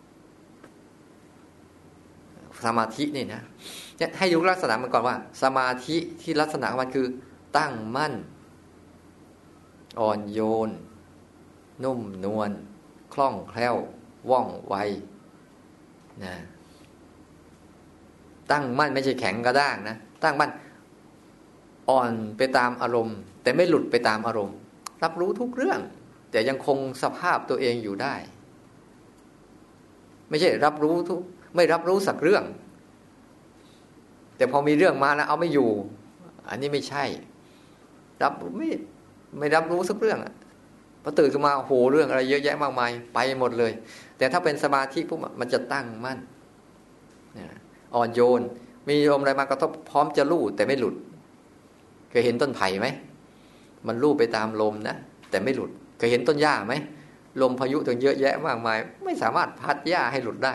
สมาธินี่นะให้ดูลักษณะมันก่อนว่าสมาธิที่ลักษณะมันคือตั้งมั่นอ่อนโยนนุ่มนวลคล่องแคล่วว่องไวนะตั้งมั่นไม่ใช่แข็งกระด้างนะตั้งมั่นอ่อนไปตามอารมณ์แต่ไม่หลุดไปตามอารมณ์รับรู้ทุกเรื่องแต่ยังคงสภาพตัวเองอยู่ได้ไม่ใช่รับรู้ทุกไม่รับรู้สักเรื่องแต่พอมีเรื่องมาแล้วเอาไม่อยู่อันนี้ไม่ใช่รับไม่รับรู้สักเรื่องพอตื่นขึ้นมาโหเรื่องอะไรเยอะแยะมากมายไปหมดเลยแต่ถ้าเป็นสมาธิปุ๊บมันจะตั้งมั่นอ่อนโยนมีลมอะไรมากระทบพร้อมจะลู่แต่ไม่หลุดเคยเห็นต้นไผ่ไหมมันลู่ไปตามลมนะแต่ไม่หลุดเคยเห็นต้นหญ้าไหมลมพายุถึงเยอะแยะมากมายไม่สามารถพัดหญ้าให้หลุดได้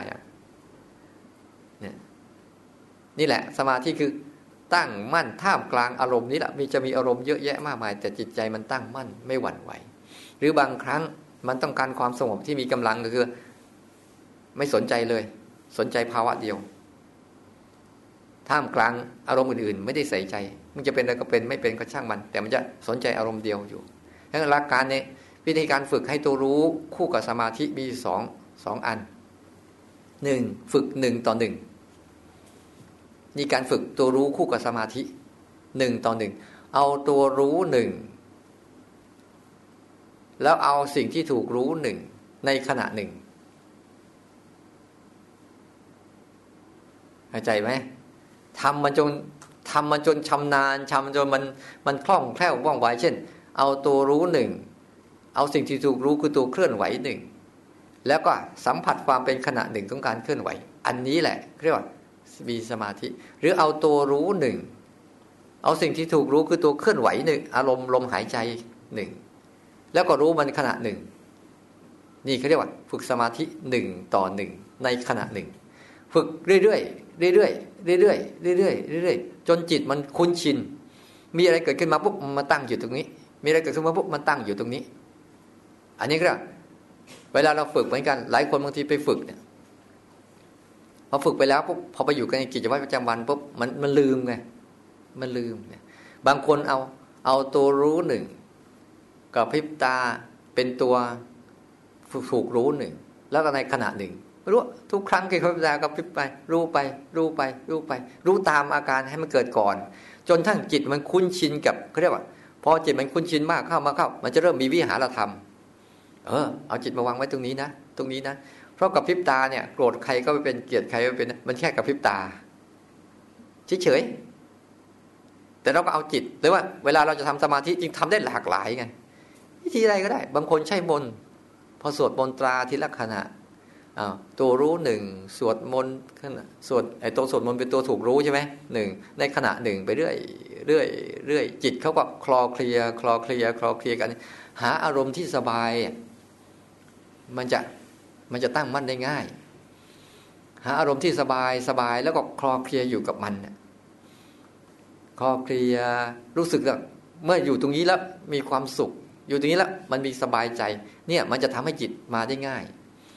นี่แหละสมาธิคือตั้งมั่นท่ามกลางอารมณ์นี้แหละจะมีอารมณ์เยอะแยะมากมายแต่จิตใจมันตั้งมั่นไม่หวั่นไหวหรือบางครั้งมันต้องการความสงบที่มีกำลังก็คือไม่สนใจเลยสนใจภาวะเดียวท่ามกลางอารมณ์อื่นๆไม่ได้ใส่ใจมันจะเป็นอะไรก็เป็นไม่เป็นก็ช่างมันแต่มันจะสนใจอารมณ์เดียวอยู่ดังนั้นหลักการเนี่ยวิธีการฝึกให้ตัวรู้คู่กับสมาธิมีสองอัน1ฝึก1 ต่อ 1นี่การฝึกตัวรู้คู่กับสมาธิ1 ต่อ 1เอาตัวรู้1แล้วเอาสิ่งที่ถูกรู้1ในขณะ1เข้าใจไหมทำมันจนชำนาญจนมันคล่องแคล่วว่องไวเช่นเอาตัวรู้1เอาสิ่งที่ถูกรู้คือตัวเคลื่อนไหว1แล้วก็สัมผัสความเป็นขณะ1ของการเคลื่อนไหวอันนี้แหละเรียกว่ามีสมาธิหรือเอาตัวรู้1เอาสิ่งที่ถูกรู้คือตัวเคลื่อนไหว1อารมณ์ลมหายใจหนึ่งแล้วก็รู้มันขณะหนึ่งนี่เขาเรียกว่าฝึกสมาธิ1:1ในขณะหนึ่งฝึกเรื่อยๆเรื่อยๆเรื่อยๆเรื่อยๆเรื่อยๆจนจิตมันคุ้นชินมีอะไรเกิดขึ้นมาปุ๊บมันตั้งอยู่ตรงนี้มีอะไรเกิดขึ้นมาปุ๊บมันตั้งอยู่ตรงนี้อันนี้ก็เวลาเราฝึกเหมือนกันหลายคนบางทีไปฝึกเนี่ยพอฝึกไปแล้วปุ๊บพอไปอยู่ในกิจวัตรประจำวันปุ๊บมันลืมไงมันลืมเนี่ยบางคนเอาตัวรู้หนึ่งกับพริบตาเป็นตัวถูกรู้หนึ่งแล้วก็ในขณะหนึ่งไม่รู้ทุกครั้งที่พริบตากับพริบไปรู้ไปรู้ไปรู้ไปรู้ตามอาการให้มันเกิดก่อนจนทั้งจิตมันคุ้นชินกับเขาเรียกว่าพอจิตมันคุ้นชินมากเข้ามันจะเริ่มมีวิหารธรรมเอาจิตมาวางไว้ตรงนี้นะตรงนี้นะเพราะกับพริบตาเนี่ยโกรธใครก็ไม่เป็นเกลียดใครไม่เป็นมันแค่กับพริบตาเฉยๆแต่เราก็เอาจิตหรือว่าเวลาเราจะทำสมาธิจริงทำได้หลากหลายไงวิธีอะไรก็ได้บางคนใช้มนต์พอสวดมนต์ตราทีละขณะตัวรู้หนึ่งสวดมนต์ขณะสวดตัวสวดมนต์เป็นตัวถูกรู้ใช่ไหมหนึ่งในขณะหนึ่งไปเรื่อยเรื่อยเรื่อยจิตเขาก็คลอเคลียกันหาอารมณ์ที่สบายมันจะตั้งมั่นได้ง่ายหาอารมณ์ที่สบายแล้วก็คลอเคลียอยู่กับมันคลอเคลียรู้สึกว่าเมื่ออยู่ตรงนี้แล้วมีความสุขอยู่ตรงนี้แล้วมันมีสบายใจเนี่ยมันจะทำให้จิตมาได้ง่าย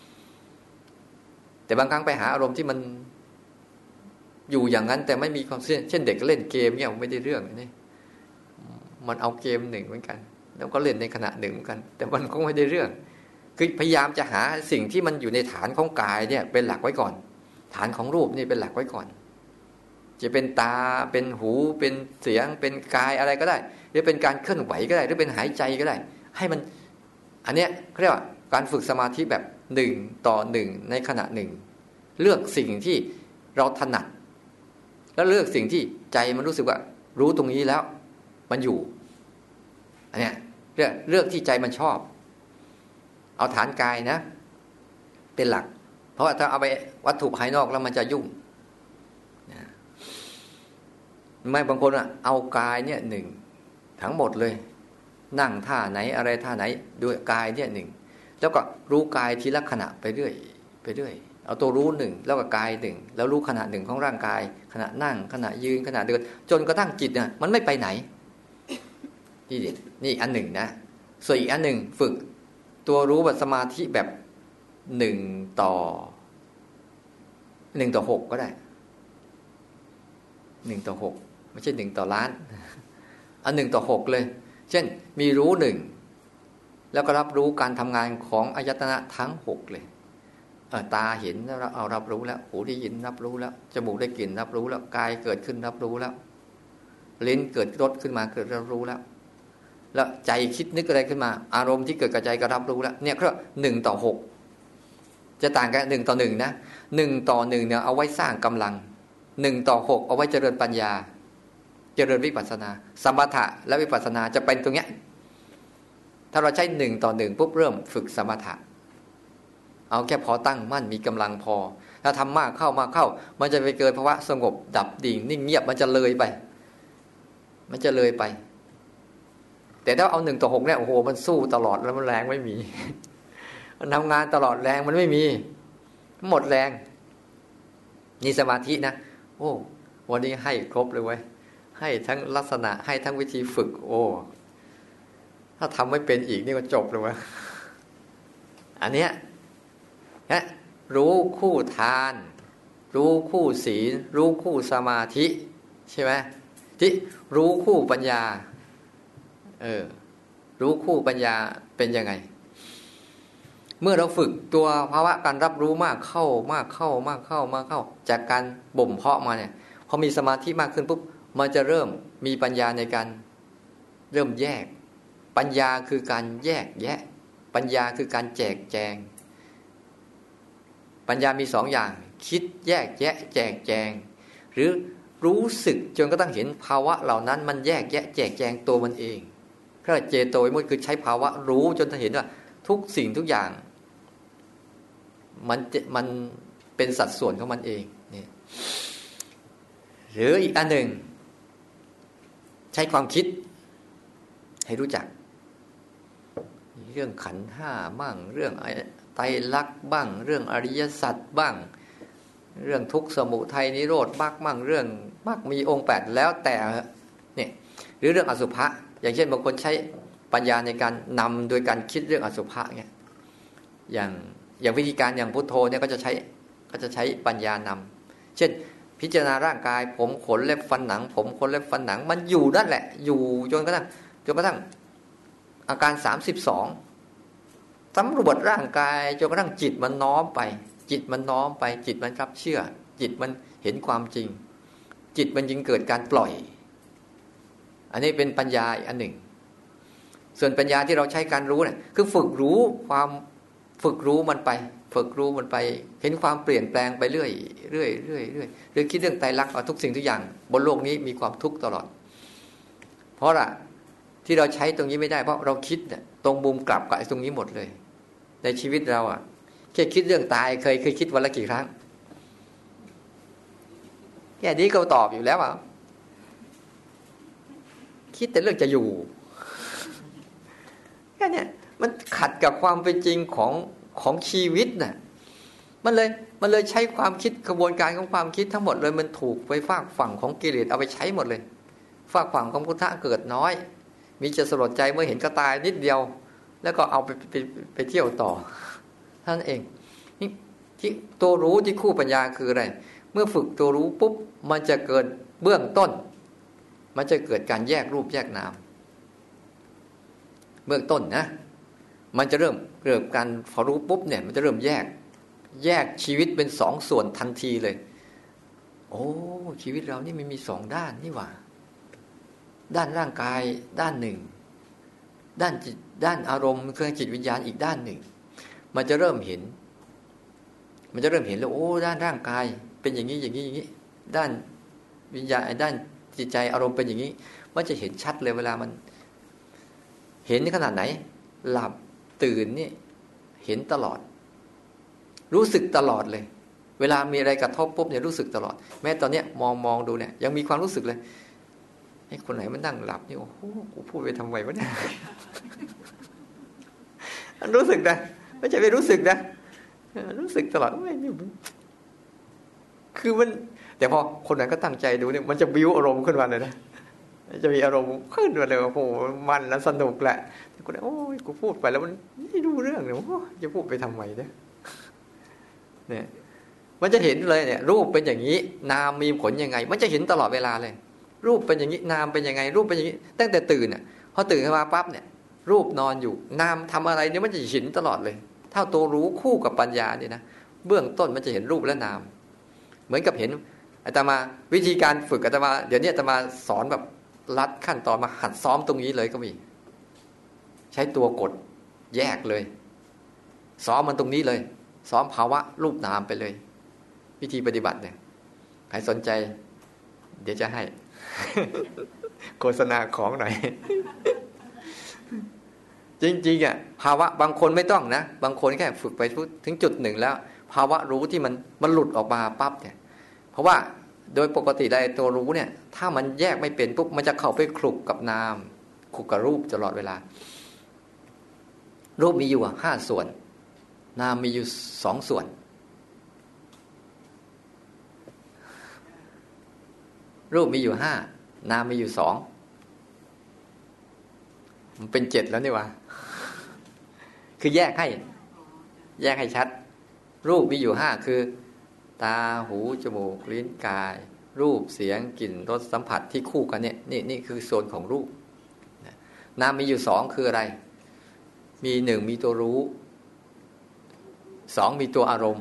แต่บางครั้งไปหาอารมณ์ที่มันอยู่อย่างนั้นแต่ไม่มีความเช่นเด็กเล่นเกมเนี่ยไม่ได้เรื่องนี่มันเอาเกมหนึ่งเหมือนกันแล้วก็เล่นในขณะหนึ่งเหมือนกันแต่มันก็ไม่ได้เรื่องคือพยายามจะหาสิ่งที่มันอยู่ในฐานของกายเนี่ยเป็นหลักไว้ก่อนฐานของรูปนี่เป็นหลักไว้ก่อนจะเป็นตาเป็นหูเป็นเสียงเป็นกายอะไรก็ได้หรือเป็นการเคลื่อนไหวก็ได้หรือเป็นหายใจก็ได้ให้มันอันเนี้ยเขาเรียกว่าการฝึกสมาธิแบบ1:1ในขณะหนึ่งเลือกสิ่งที่เราถนัดแล้วเลือกสิ่งที่ใจมันรู้สึกว่ารู้ตรงนี้แล้วมันอยู่อันเนี้ยเลือกที่ใจมันชอบเอาฐานกายนะเป็นหลักเพราะว่าถ้าเอาไปวัตถุภายนอกแล้วมันจะยุ่งไม่บางคนเอากายเนี่ยหนึ่งทั้งหมดเลยนั่งท่าไหนอะไรท่าไหนด้วยกายเนี่ยหนึ่งแล้วก็รู้กายทีละขณะไปเรื่อยเอาตัวรู้หนึ่งแล้วก็กายหนึ่งแล้วรู้ขณะหนึ่งของร่างกายขณะนั่งขณะยืนขณะเดินจนกระทั่งจิตเนี่ยมันไม่ไปไหนนี่อันหนึ่งนะส่วนอีกอันหนึ่งฝึกตัวรู้แบบสมาธิแบบ1:6ก็ได้1:6ไม่ใช่1:1,000,000เอา1:6เลยเช่นมีรู้หนึ่งแล้วก็รับรู้การทำงานของอายตนะทั้ง6เลยตาเห็นแล้วเอารับรู้แล้วหูได้ยินรับรู้แล้วจมูกได้กลิ่นรับรู้แล้วกายเกิดขึ้นรับรู้แล้วลิ้นเกิดรสขึ้นมาเกิดรับรู้แล้วใจคิดนึกอะไรขึ้นมาอารมณ์ที่เกิดกับใจก็รับรู้แล้วเนี่ยก็1:6จะต่างกัน1:1นะ1:1เนี่ยเอาไว้สร้างกำลัง1:6เอาไว้เจริญปัญญาเจริญวิปัสสนาสมถะและวิปัสสนาจะเป็นตรงเนี้ยถ้าเราใช้1:1ปุ๊บเริ่มฝึกสมถะเอาแค่พอตั้งมั่นมีกำลังพอถ้าทำมากเข้ามันจะไปเกิดภาวะสงบดับดิ่งนิ่งเงียบมันจะเลยไปแต่ถ้าเอา1:6เนี่ยโอ้โหมันสู้ตลอดแล้วมันแรงไม่มีมันทำงานตลอดแรงมันไม่มีหมดแรงนี่สมาธินะโอ้วันนี้ให้ครบเลยเว้ยให้ทั้งลักษณะให้ทั้งวิธีฝึกโอ้ถ้าทำไม่เป็นอีกนี่ก็จบเลยเว้ยอันเนี้ยนะรู้คู่ทานรู้คู่ศีลรู้คู่สมาธิใช่ไหมที่รู้คู่ปัญญารู้คู่ปัญญาเป็นยังไงเมื่อเราฝึกตัวภาวะการรับรู้มากเข้าจากการบ่มเพาะมาเนี่ยพอมีสมาธิมากขึ้นปุ๊บมันจะเริ่มมีปัญญาในการเริ่มแยกปัญญาคือการแยกแยะปัญญาคือการแจกแจงปัญญามี2อย่างคิดแยกแยะแจกแจงหรือรู้สึกจนก็ต้องเห็นภาวะเหล่านั้นมันแยกแยะแจกแจงตัวมันเองก็เจโตวิมุตติคือใช้ภาวะรู้จนเห็นว่าทุกสิ่งทุกอย่างมันเป็นสัดส่วนของมันเองนี่หรืออีกอันหนึ่งใช้ความคิดให้รู้จักเรื่องขันธ์ห้าบ้างเรื่องไตรลักษณ์บ้างเรื่องอริยสัจบ้างเรื่องทุกข์สมุทัยนิโรธมรรคบ้างเรื่องมรรคมีองค์8แล้วแต่เนี่ยหรือเรื่องอสุภะอย่างเช่นบางคนใช้ปัญญาในการนำโดยการคิดเรื่องอสุภะเนี่ยอย่างวิธีการอย่างพุทโธเนี่ยก็จะใช้ปัญญานำเช่นพิจารณาร่างกายผมขนเล็บฟันหนังผมขนเล็บฟันหนังมันอยู่นั่นแหละอยู่จนกระทั่งอาการ32สำรวจร่างกายจนกระทั่งจิตมันน้อมไปจิตมันรับเชื่อจิตมันเห็นความจริงจิตมันจึงเกิดการปล่อยอันนี้เป็นปัญญาอีกอันหนึ่งส่วนปัญญาที่เราใช้การรู้เนี่ยคือฝึกรู้มันไปเห็นความเปลี่ยนแปลงไปเรื่อยหรือคิดเรื่องไตรลักษณ์ทุกสิ่งทุกอย่างบนโลกนี้มีความทุกข์ตลอดเพราะล่ะที่เราใช้ตรงนี้ไม่ได้เพราะเราคิดเนี่ยตรงมุมกลับกับตรงนี้หมดเลยในชีวิตเราแค่คิดเรื่องตายเคยคิดวันละกี่ครั้งแค่นี้ก็ตอบอยู่แล้วคิดแต่เรื่องจะอยู่แค่นี้มันขัดกับความเป็นจริงของชีวิตน่ะมันเลยใช้ความคิดกระบวนการของความคิดทั้งหมดเลยมันถูกไปฝากฝั่งของกิเลสเอาไปใช้หมดเลยฝากฝั่งของพุทธะเกิดน้อยมีจะสลดใจเมื่อเห็นก็ตายนิดเดียวแล้วก็เอาไปเที่ยวต่อท่านเองนี่ที่ตัวรู้ที่คู่ปัญญาคืออะไรเมื่อฝึกตัวรู้ปุ๊บมันจะเกิดเบื้องต้นมันจะเกิดการแยกรูปแยกนามเบื้องต้นนะมันจะเริ่มเกิดการพอรู้ปุ๊บเนี่ยมันจะเริ่มแยกชีวิตเป็น2ส่วนทันทีเลยโอ้ชีวิตเรานี่มันมี2ด้านนี่หว่าด้านร่างกายด้านหนึ่งด้านจิตด้านอารมณ์เครื่องจิตวิญญาณอีกด้านหนึ่งมันจะเริ่มเห็นแล้วโอ้ด้านร่างกายเป็นอย่างนี้ด้านวิญญาณด้านจิตใจอารมณ์เป็นอย่างนี้มันจะเห็นชัดเลยเวลามันเห็นขนาดไหนหลับตื่นนี่เห็นตลอดรู้สึกตลอดเลยเวลามีอะไรกระทบปุ๊บเนี่ยรู้สึกตลอดแม้ตอนเนี้ยมองดูเนี่ยยังมีความรู้สึกเลยไอ้คนไหนมันนั่งหลับนี่โอ้โหกูพูดไปทำไมวะเนี่ยรู้สึกนะไม่ใช่ไม่รู้สึกนะรู้สึกตลอดไม่นี่คือมันแต่พอคนนั้นก็ตั้งใจดูเนี่ยมันจะบิ้วอารมณ์ขึ้นมาเลยนะจะมีอารมณ์ขึ้นมาเลยโอ้โหมันแล้วสนุกแหละกูโอ้ยกูพูดไปแล้วมันไม่รู้เรื่องเลยจะพูดไปทำไมเนี่ยมันจะเห็นเลยเนี่ยรูปเป็นอย่างนี้นามมีผลยังไงมันจะเห็นตลอดเวลาเลยรูปเป็นอย่างนี้นามเป็นยังไงรูปเป็นอย่างนี้ตั้งแต่ตื่นอ่ะพอตื่นขึ้นมาปั๊บเนี่ยรูปนอนอยู่นามทำอะไรเนี่ยมันจะเห็นตลอดเลยถ้าตัวรู้คู่กับปัญญาเนี่ยนะเบื้องต้นมันจะเห็นรูปและนามเหมือนกับเห็นอาตมาวิธีการฝึกอาตมาเดี๋ยวนี้อาตมาสอนแบบลัดขั้นตอนมาหัดซ้อมตรงนี้เลยก็มีใช้ตัวกดแยกเลยซ้อมมันตรงนี้เลยซ้อมภาวะรูปนามไปเลยวิธีปฏิบัติเนี่ยใครสนใจเดี๋ยวจะให้ โฆษณาของหน่อย จริงๆภาวะบางคนไม่ต้องนะบางคนแค่ฝึกไปถึงจุดหนึ่งแล้วภาวะรู้ที่มันหลุดออกมาปั๊บเนี่ยเพราะว่าโดยปกติได้ตัวรู้เนี่ยถ้ามันแยกไม่เป็นปุ๊บมันจะเข้าไปคลุกกับนามคลุกกับรูปตลอดเวลารูปมีอยู่5ส่วนนามมีอยู่2ส่วนรูปมีอยู่5นามมีอยู่2มันเป็น7แล้วนี่วะคือแยกให้ชัดรูปมีอยู่5คือตาหูจมูกลิ้นกายรูปเสียงกลิ่นรสสัมผัสที่คู่กันเนี่ยนี่คือโซนของรูปนามมีอยู่2คืออะไรมี1มีตัวรู้2มีตัวอารมณ์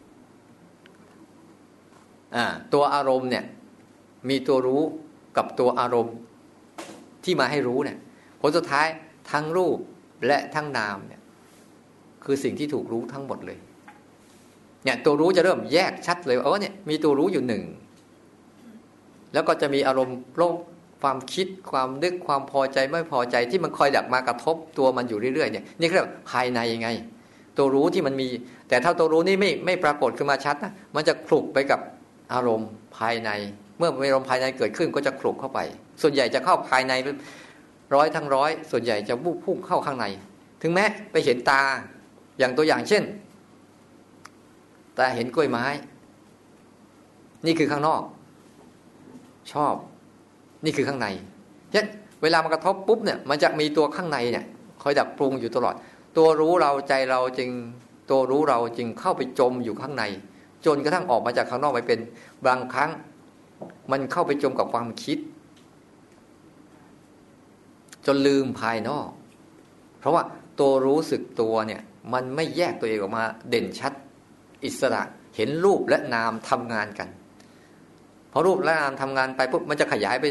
ตัวอารมณ์เนี่ยมีตัวรู้กับตัวอารมณ์ที่มาให้รู้เนี่ยผลสุดท้ายทั้งรูปและทั้งนามเนี่ยคือสิ่งที่ถูกรู้ทั้งหมดเลยเนี่ยตัวรู้จะเริ่มแยกชัดเลยเนี่ยมีตัวรู้อยู่1แล้วก็จะมีอารมณ์โลภความคิดความนึกความพอใจไม่พอใจที่มันคอยดักมากระทบตัวมันอยู่เรื่อยๆเนี่ยนี่เรียกภายในยังไงตัวรู้ที่มันมีแต่ถ้าตัวรู้นี่ไม่ปรากฏขึ้นมาชัดนะมันจะคลุกไปกับอารมณ์ภายในเมื่ออารมณ์ภายในเกิดขึ้นก็จะคลุกเข้าไปส่วนใหญ่จะเข้าภายใน100ทั้ง100ส่วนใหญ่จะพุ่งเข้าข้างในถึงแม้ไปเห็นตาอย่างตัวอย่างเช่นตาเห็นกล้วยไม้นี่คือข้างนอกชอบนี่คือข้างในฉะนั้นเวลามันกระทบปุ๊บเนี่ยมันจะมีตัวข้างในเนี่ยคอยดักปรุงอยู่ตลอดตัวรู้เราใจเราจึงตัวรู้เราจึงเข้าไปจมอยู่ข้างในจนกระทั่งออกมาจากข้างนอกไปเป็นบางครั้งมันเข้าไปจมกับความคิดจนลืมภายนอกเพราะว่าตัวรู้สึกตัวเนี่ยมันไม่แยกตัวเองออกมาเด่นชัดอิสระเห็นรูปและนามทำงานกันพอรูปและนามทำงานไปปุ๊บมันจะขยายไป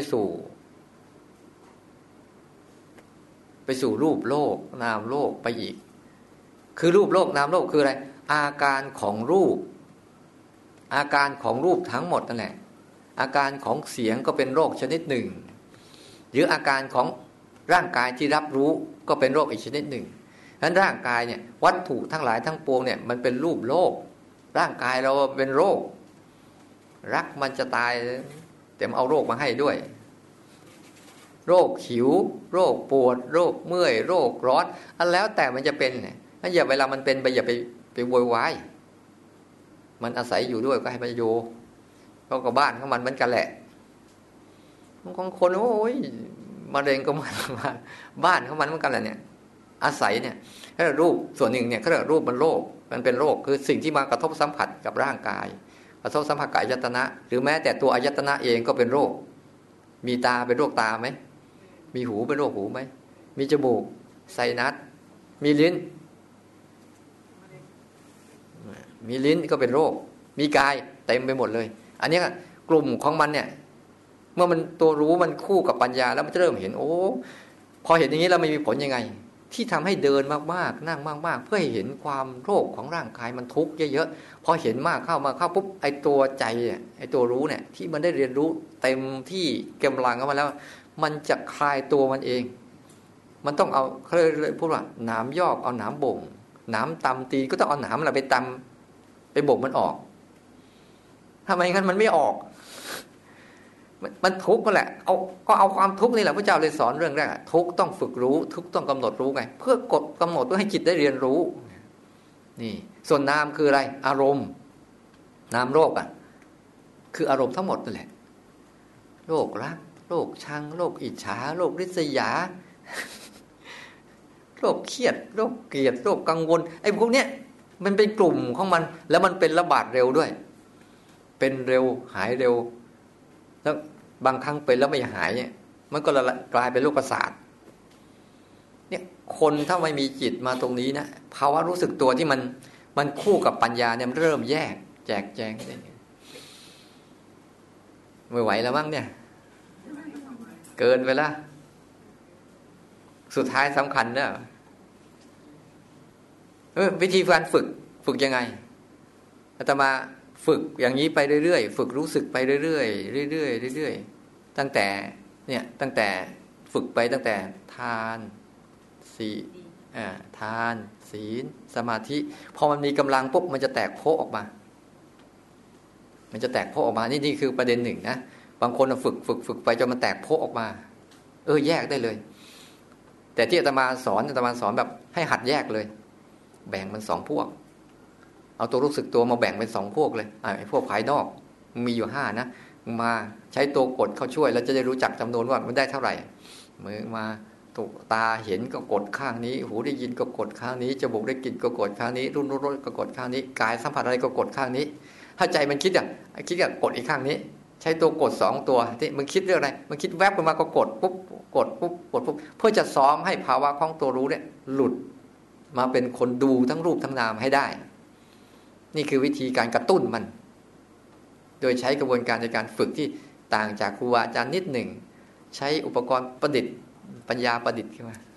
สู่รูปโลกนามโลกไปอีกคือรูปโลกนามโลกคืออะไรอาการของรูปอาการของรูปทั้งหมดนั่นแหละอาการของเสียงก็เป็นโรคชนิดหนึ่งหรืออาการของร่างกายที่รับรู้ก็เป็นโรคอีกชนิดหนึ่งฉะนั้นร่างกายเนี่ยวัตถุทั้งหลายทั้งปวงเนี่ยมันเป็นรูปโลกร่างกายเราเป็นโรครักมันจะตายแต่เอาโรคมาให้ด้วยโรคหิวโรคปวดโรคเมื่อยโรคร้อนอันแล้วแต่มันจะเป็นเนี่ยอย่าเวลามันเป็นไปอย่าไปโวยวายมันอาศัยอยู่ด้วยก็ให้มันอยู่ก็กับบ้านของมันเหมือนกันแหละบางคนโอ้ยมะเร็งก็มาบ้านของมันเหมือนกันแหละเนี่ยอาศัยเนี่ยถ้ารูปส่วนหนึ่งเนี่ยเขาเรียกรูปมันโรคมันเป็นโรคคือสิ่งที่มากระทบสัมผัสกับร่างกายกระทบสัมผัสกับอายตนะหรือแม้แต่ตัวอายตนะเองก็เป็นโรคมีตาเป็นโรคตาไหมมีหูเป็นโรคหูไหมมีจมูกไซนัสมีลิ้นก็เป็นโรคมีกายเต็มไปหมดเลยอันนี้กลุ่มของมันเนี่ยเมื่อมันตัวรู้มันคู่กับปัญญาแล้วมันจะเริ่มเห็นโอ้พอเห็นอย่างนี้แล้วมันมีผลยังไงที่ทำให้เดินมากๆนั่งมากๆเพื่อให้เห็นความโรคของร่างกายมันทุกข์เยอะๆพอเห็นมากเข้าปุ๊บไอ้ตัวใจเนี่ยไอ้ตัวรู้เนี่ยที่มันได้เรียนรู้เต็มที่กำลังเข้ามาแล้วมันจะคลายตัวมันเองมันต้องเอาเขาเลยพูดว่าหนามยอกเอาหนามบ่งหนามตำตีก็ต้องเอาหนามอะไรไปตำไปบ่งมันออกทำไมงั้นมันไม่ออกมันทุกข์ก็แหละเอาความทุกข์นี่แหละพระเจ้าเลยสอนเรื่องแรกทุกข์ต้องฝึกรู้ทุกข์ต้องกำหนดรู้ไงเพื่อกดกำหนดเพื่อให้จิตได้เรียนรู้นี่ส่วนนามคืออะไรอารมณ์นามโรคคืออารมณ์ทั้งหมดนั่นแหละโรครักโรคชังโรคอิจฉาโรคริษยาโรคเครียดโรคเกลียดโรคกังวลไอ้พวกเนี้ยมันเป็นกลุ่มของมันแล้วมันเป็นระบาดเร็วด้วยเป็นเร็วหายเร็วแล้วบางครั้งเป็นแล้วไม่หายเนี่ยมันก็กลายเป็นโรคประสาทเนี่ยคนถ้าไม่มีจิตมาตรงนี้นะภาวะรู้สึกตัวที่มันคู่กับปัญญาเนี่ยมันเริ่มแยกแจกแจงไม่ไหวแล้วมั้งเนี่ยเกินไปละสุดท้ายสำคัญเนี่ยวิธีการฝึกยังไงอาตมาฝึกอย่างนี้ไปเรื่อยๆฝึกรู้สึกไปเรื่อยๆเรื่อยๆตั้งแต่ฝึกไปตั้งแต่ทานศีลสมาธิพอมันมีกำลังปุ๊บมันจะแตกโพออกมานี่คือประเด็นหนึ่งนะบางคนฝึกไปจนมันแตกโพออกมาแยกได้เลยแต่ที่อาตมาสอนแบบให้หัดแยกเลยแบ่งมัน2พวกเอาตัวรู้สึกตัวมาแบ่งเป็น2พวกเลยไอ้พวกภายนอกมีอยู่5นะมาใช้ตัวกดเข้าช่วยแล้วจะได้รู้จักจำนวนว่ามันได้เท่าไหร่มือมาตาเห็นก็กดข้างนี้หูได้ยินก็กดข้างนี้จมูกได้กลิ่นก็กดข้างนี้รสก็กดข้างนี้กายสัมผัสอะไรก็กดข้างนี้ถ้าใจมันคิดกดอีกข้างนี้ใช้ตัวกด2ตัวที่มันคิดเรื่องอะไรมันคิดแวบมาก็กดปุ๊บกดปุ๊บเพื่อจะซ้อมให้ภาวะของตัวรู้เนี่ยหลุดมาเป็นคนดูทั้งรูปทั้งนามให้ได้นี่คือวิธีการกระตุ้นมันโดยใช้กระบวนการในการฝึกที่ต่างจากครูอาจารย์นิดหนึ่งใช้อุปกรณ์ประดิษฐ์ปัญญาประดิษฐ์ขึ้นมา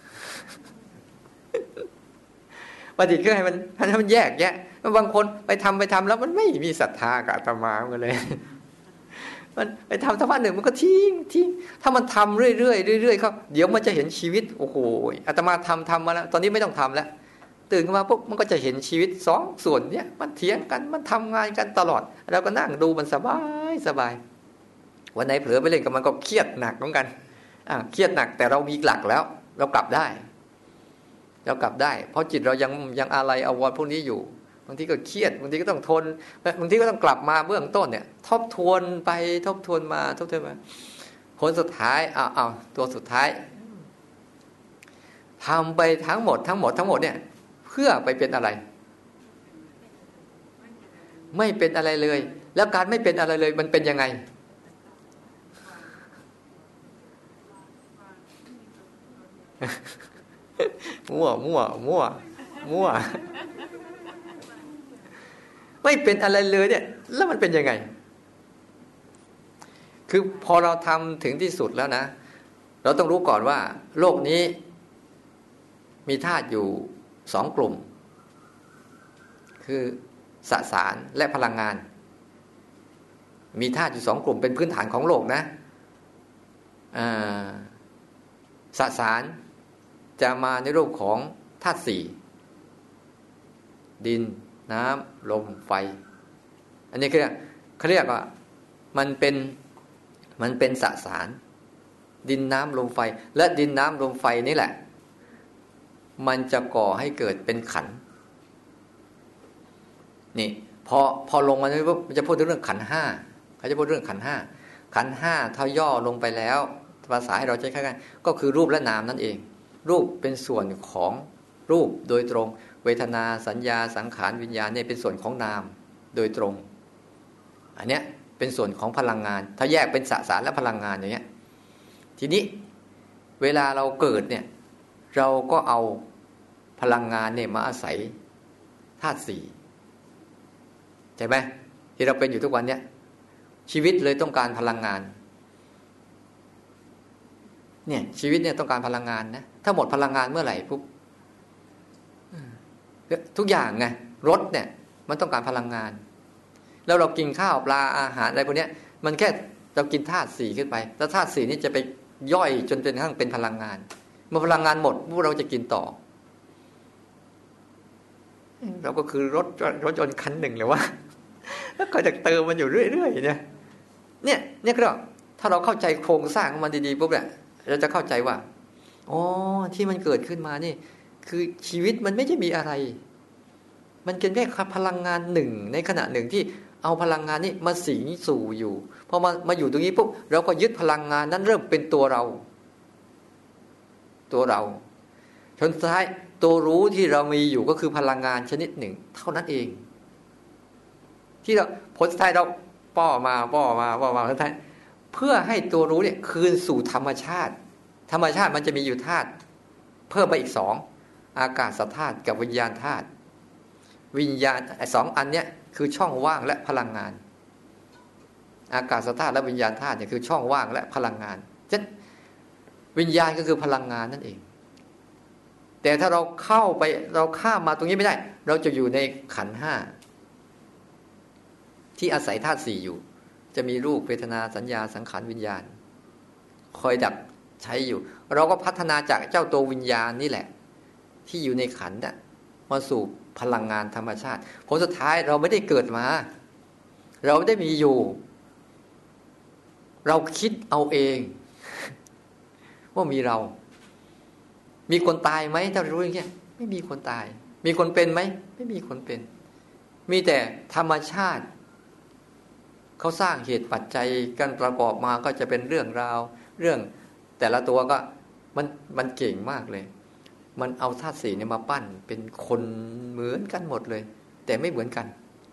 ประดิษฐ์ขึ้นให้มันแยกบางคนไปทำแล้วมันไม่มีศรัทธากับอาตมากันเลยมันไปทำสักพักหนึ่งมันก็ทิ้งถ้ามันทำเรื่อยเขาเดี๋ยวมันจะเห็นชีวิตโอ้โหอาตมาทำมาแล้วตอนนี้ไม่ต้องทำแล้วตื่นขึ้นมาปุ๊บมันก็จะเห็นชีวิต2ส่วนเนี้ยมันเถียงกันมันทำงานกันตลอดเราก็นั่งดูมันสบายวันไหนเผลอไปเล่นกับมันก็เครียดหนักเหมือนกันเครียดหนักแต่เรามีหลักแล้วเรากลับได้เรากลับได้เพราะจิตเรายังอะไรอาวรณ์พวกนี้อยู่บางทีก็เครียดบางทีก็ต้องทนบางทีก็ต้องกลับมาเบื้องต้นเนี่ยทบทวนไปทบทวนมาทบทวนมาผลสุดท้ายเอาตัวสุดท้ายทำไปทั้งหมดเนี่ยเพื่อไปเป็นอะไรไม่เป็นอะไรเลยแล้วการไม่เป็นอะไรเลยมันเป็นยังไงมั่วไม่เป็นอะไรเลยเนี่ยแล้วมันเป็นยังไงคือพอเราทำถึงที่สุดแล้วนะเราต้องรู้ก่อนว่าโลกนี้มีธาตุอยู่2 กลุ่มคือสสารและพลังงานมีธาตุอยู่2 กลุ่มเป็นพื้นฐานของโลกนะสสารจะมาในรูปของธาตุ4ดินน้ำลมไฟอันนี้คือเขาเรียกว่ามันเป็นสสารดินน้ำลมไฟและดินน้ำลมไฟนี่แหละมันจะก่อให้เกิดเป็นขันธ์นี่พอลงมาเนี่ยมันจะพูดถึงเรื่องขันธ์5เขาจะพูดเรื่องขันธ์5ถ้าย่อลงไปแล้วภาษาให้เราใช้คล้ายกันก็คือรูปและนามนั่นเองรูปเป็นส่วนของรูปโดยตรงเวทนาสัญญาสังขารวิญญาณเนี่ยเป็นส่วนของนามโดยตรงอันเนี้ยเป็นส่วนของพลังงานถ้าแยกเป็นสสารและพลังงานอย่างเงี้ยทีนี้เวลาเราเกิดเนี่ยเราก็เอาพลังงานเนี่ยมาอาศัยธาตุ4ใช่ไหมที่เราเป็นอยู่ทุกวันเนี้ยชีวิตเลยต้องการพลังงานเนี่ยชีวิตเนี่ยต้องการพลังงานนะถ้าหมดพลังงานเมื่อไหร่ปุ๊บทุกอย่างไงรถเนี่ยมันต้องการพลังงานแล้วเรากินข้าวปลาอาหารอะไรพวกนี้มันแค่เรากินธาตุ4ขึ้นไปแล้วธาตุ4นี่จะไปย่อยจนเป็นทั้งเป็นพลังงานเมื่อพลังงานหมดพวกเราจะกินต่อเราก็คือรถยนต์คันหนึ่งเลยว่าแล้วก็จะเติมมันอยู่เรื่อยๆเนี่ยก็ถ้าเราเข้าใจโครงสร้างของมันดีๆปุ๊บเนี่ยเราจะเข้าใจว่าอ๋อที่มันเกิดขึ้นมานี่คือชีวิตมันไม่ใช่มีอะไรมันเป็นแค่พลังงานหนึ่งในขณะหนึ่งที่เอาพลังงานนี้มาสิงสู่อยู่พอมาอยู่ตรงนี้ปุ๊บเราก็ยึดพลังงานนั้นเริ่มเป็นตัวเราจนสุดท้ายตัวรู้ที่เรามีอยู่ก็คือพลังงานชนิดหนึ่งเท่านั้นเองที่เราผลสุดท้ายเราป้อมาสุดท้ายเพื่อให้ตัวรู้เนี่ยคืนสู่ธรรมชาติมันจะมีอยู่ธาตุเพิ่มไปอีก2อากาศธาตุกับวิญญาณธาตุวิญญาณ2อันเนี้ยคือช่องว่างและพลังงานอากาศธาตุและวิญญาณธาตุเนี่ยคือช่องว่างและพลังงานฉะนั้นวิญญาณก็คือพลังงานนั่นเองแต่ถ้าเราข้ามมาตรงนี้ไม่ได้เราจะอยู่ในขันธ์5ที่อาศัยธาตุ4อยู่จะมีรูปเวทนาสัญญาสังขารวิญญาณคอยดักใช้อยู่เราก็พัฒนาจากเจ้าตัววิญญาณนี่แหละที่อยู่ในขันธ์น่ะมาสู่พลังงานธรรมชาติผลสุดท้ายเราไม่ได้เกิดมาเราไม่ได้มีอยู่เราคิดเอาเองว่ามีเรามีคนตายไหมถ้ารู้อย่างนี้ไม่มีคนตายมีคนเป็นไหมไม่มีคนเป็นมีแต่ธรรมชาติเขาสร้างเหตุปัจจัยกันประกอบมาก็จะเป็นเรื่องราวเรื่องแต่ละตัวก็มันเก่งมากเลยมันเอาธาตุ4เนี่ยมาปั้นเป็นคนเหมือนกันหมดเลยแต่ไม่เหมือนกัน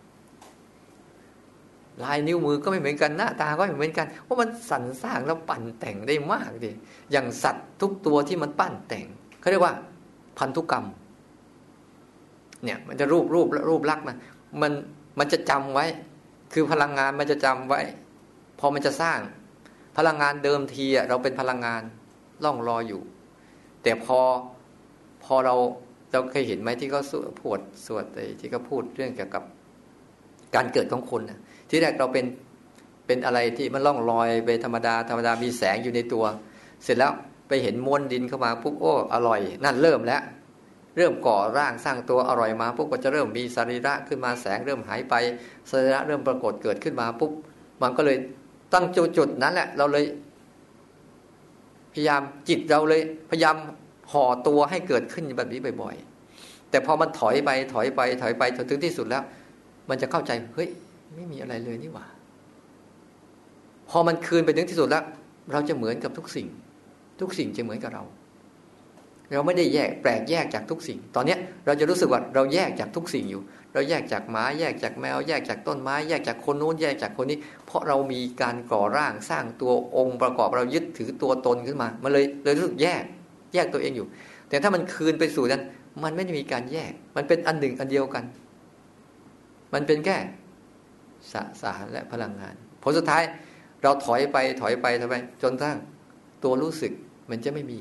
ลายนิ้วมือก็ไม่เหมือนกันหน้าตาก็ไม่เหมือนกันเพราะมันสรรสร้างแล้วปั้นแต่งได้มากดิอย่างสัตว์ทุกตัวที่มันปั้นแต่งเขาเรียกว่าพันธุกรรมเนี่ยมันจะรูปลักษณ์มันจะจำไว้คือพลังงานมันจะจำไว้พอมันจะสร้างพลังงานเดิมทีเราเป็นพลังงานล่องลอยอยู่แต่พอเราเคยเห็นไหมที่เขาสวดที่เขาพูดเรื่องเกี่ยวกับการเกิดของคนนะที่แรกเราเป็นอะไรที่มันล่องลอยไปธรรมดามีแสงอยู่ในตัวเสร็จแล้วไปเห็นมวลดินเข้ามาปุ๊บโอ้อร่อยนั่นเริ่มก่อร่างสร้างตัวอร่อยมาปุ๊บก็จะเริ่มมีสรีระขึ้นมาแสงเริ่มหายไปสรีระเริ่มปรากฏเกิดขึ้นมาปุ๊บมันก็เลยตั้งจุดนั้นแหละเราเลยพยายามจิตเราเลยพยายามห่อตัวให้เกิดขึ้นแบบนี้บ่อยๆแต่พอมันถอยไปจนถึงที่สุดแล้วมันจะเข้าใจเฮ้ยไม่มีอะไรเลยนี่หว่าพอมันคืนไปถึงที่สุดแล้วเราจะเหมือนกับทุกสิ่งจะเหมือนกับเราไม่ได้แยกแปลกแยกจากทุกสิ่งตอนนี้เราจะรู้สึกว่าเราแยกจากทุกสิ่งอยู่เราแยกจากหมาแยกจากแมวแยกจากต้นไม้แยกจากคนโน้นแยกจากคนนี้เพราะเรามีการก่อร่างสร้างตัวองค์ประกอบเรายึดถือตัวตนขึ้นมามันเลยรู้สึกแยกตัวเองอยู่แต่ถ้ามันคืนไปสู่นั้นมันไม่ได้มีการแยกมันเป็นอันหนึ่งอันเดียวกันมันเป็นแค่สสารและพลังงานผลสุดท้ายเราถอยไปจนทั้งตัวรู้สึกมันจะไม่มี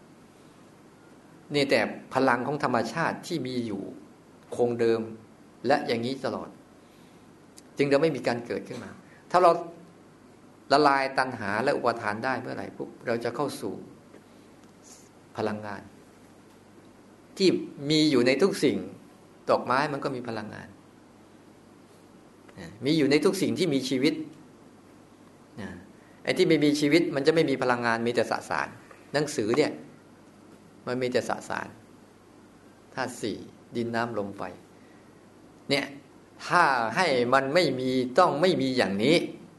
นี่แต่พลังของธรรมชาติที่มีอยู่คงเดิมและอย่างนี้ตลอดจึงจะไม่มีการเกิดขึ้นมาถ้าเราละลายตัณหาและอุปาทานได้เมื่อไหร่ปุ๊บเราจะเข้าสู่พลังงานที่มีอยู่ในทุกสิ่งดอกไม้มันก็มีพลังงานมีอยู่ในทุกสิ่งที่มีชีวิตไอ้ที่ไม่มีชีวิตมันจะไม่มีพลังงานมีแต่สสารหนังสือเนี่ยมันมีแต่สสารธาตุสี่ดินน้ำลมไฟเนี่ยถ้าให้มันไม่มีต้องไม่มีอย่างนี้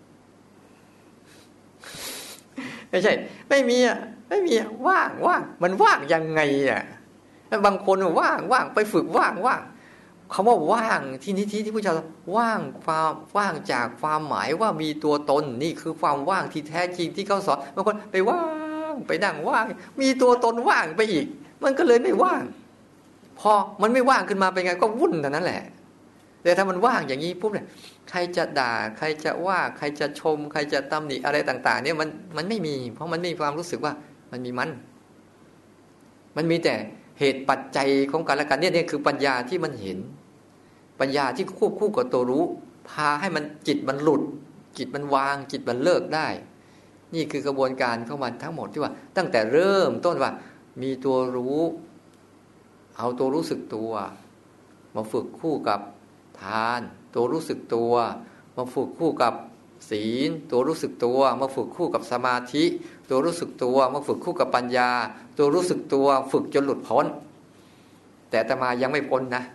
ไม่ใช่ไม่มีว่างมันว่างยังไงบางคนว่างไปฝึกว่างคำว่าว่างที่นี้ที่ผู้ชายว่างความว่างจากความหมายว่ามีตัวตนนี่คือความว่างที่แท้จริงที่เขาสอนบางคนไปว่างไปนั่งว่างมีตัวตนว่างไปอีกมันก็เลยไม่ว่างพอมันไม่ว่างขึ้นมาเป็นไงก็วุ่นเท่านั้นแหละแต่ถ้ามันว่างอย่างนี้ปุ๊บเนี่ยใครจะด่าใครจะว่าใครจะชมใครจะตำหนิอะไรต่างๆเนี่ยมันไม่มีเพราะมันไม่มีความรู้สึกว่ามันมีมันมีแต่เหตุปัจจัยของกันและกันเนี่ยคือปัญญาที่มันเห็นปัญญาที่ควบคู่กับตัวรู้พาให้มันจิตมันหลุดจิตมันวางจิตมันเลิกได้นี่คือกระบวนการของมันทั้งหมดที่ว่าตั้งแต่เริ่มต้นว่ามีตัวรู้เอาตัวรู้สึกตัวมาฝึกคู่กับทานตัวรู้สึกตัวมาฝึกคู่กับศีลตัวรู้สึกตัวมาฝึกคู่กับสมาธิตัวรู้สึกตัวมาฝึกคู่กับปัญญาตัวรู้สึกตัวฝึกจนหลุดพ้นแต่อาตมายังไม่พ้นนะ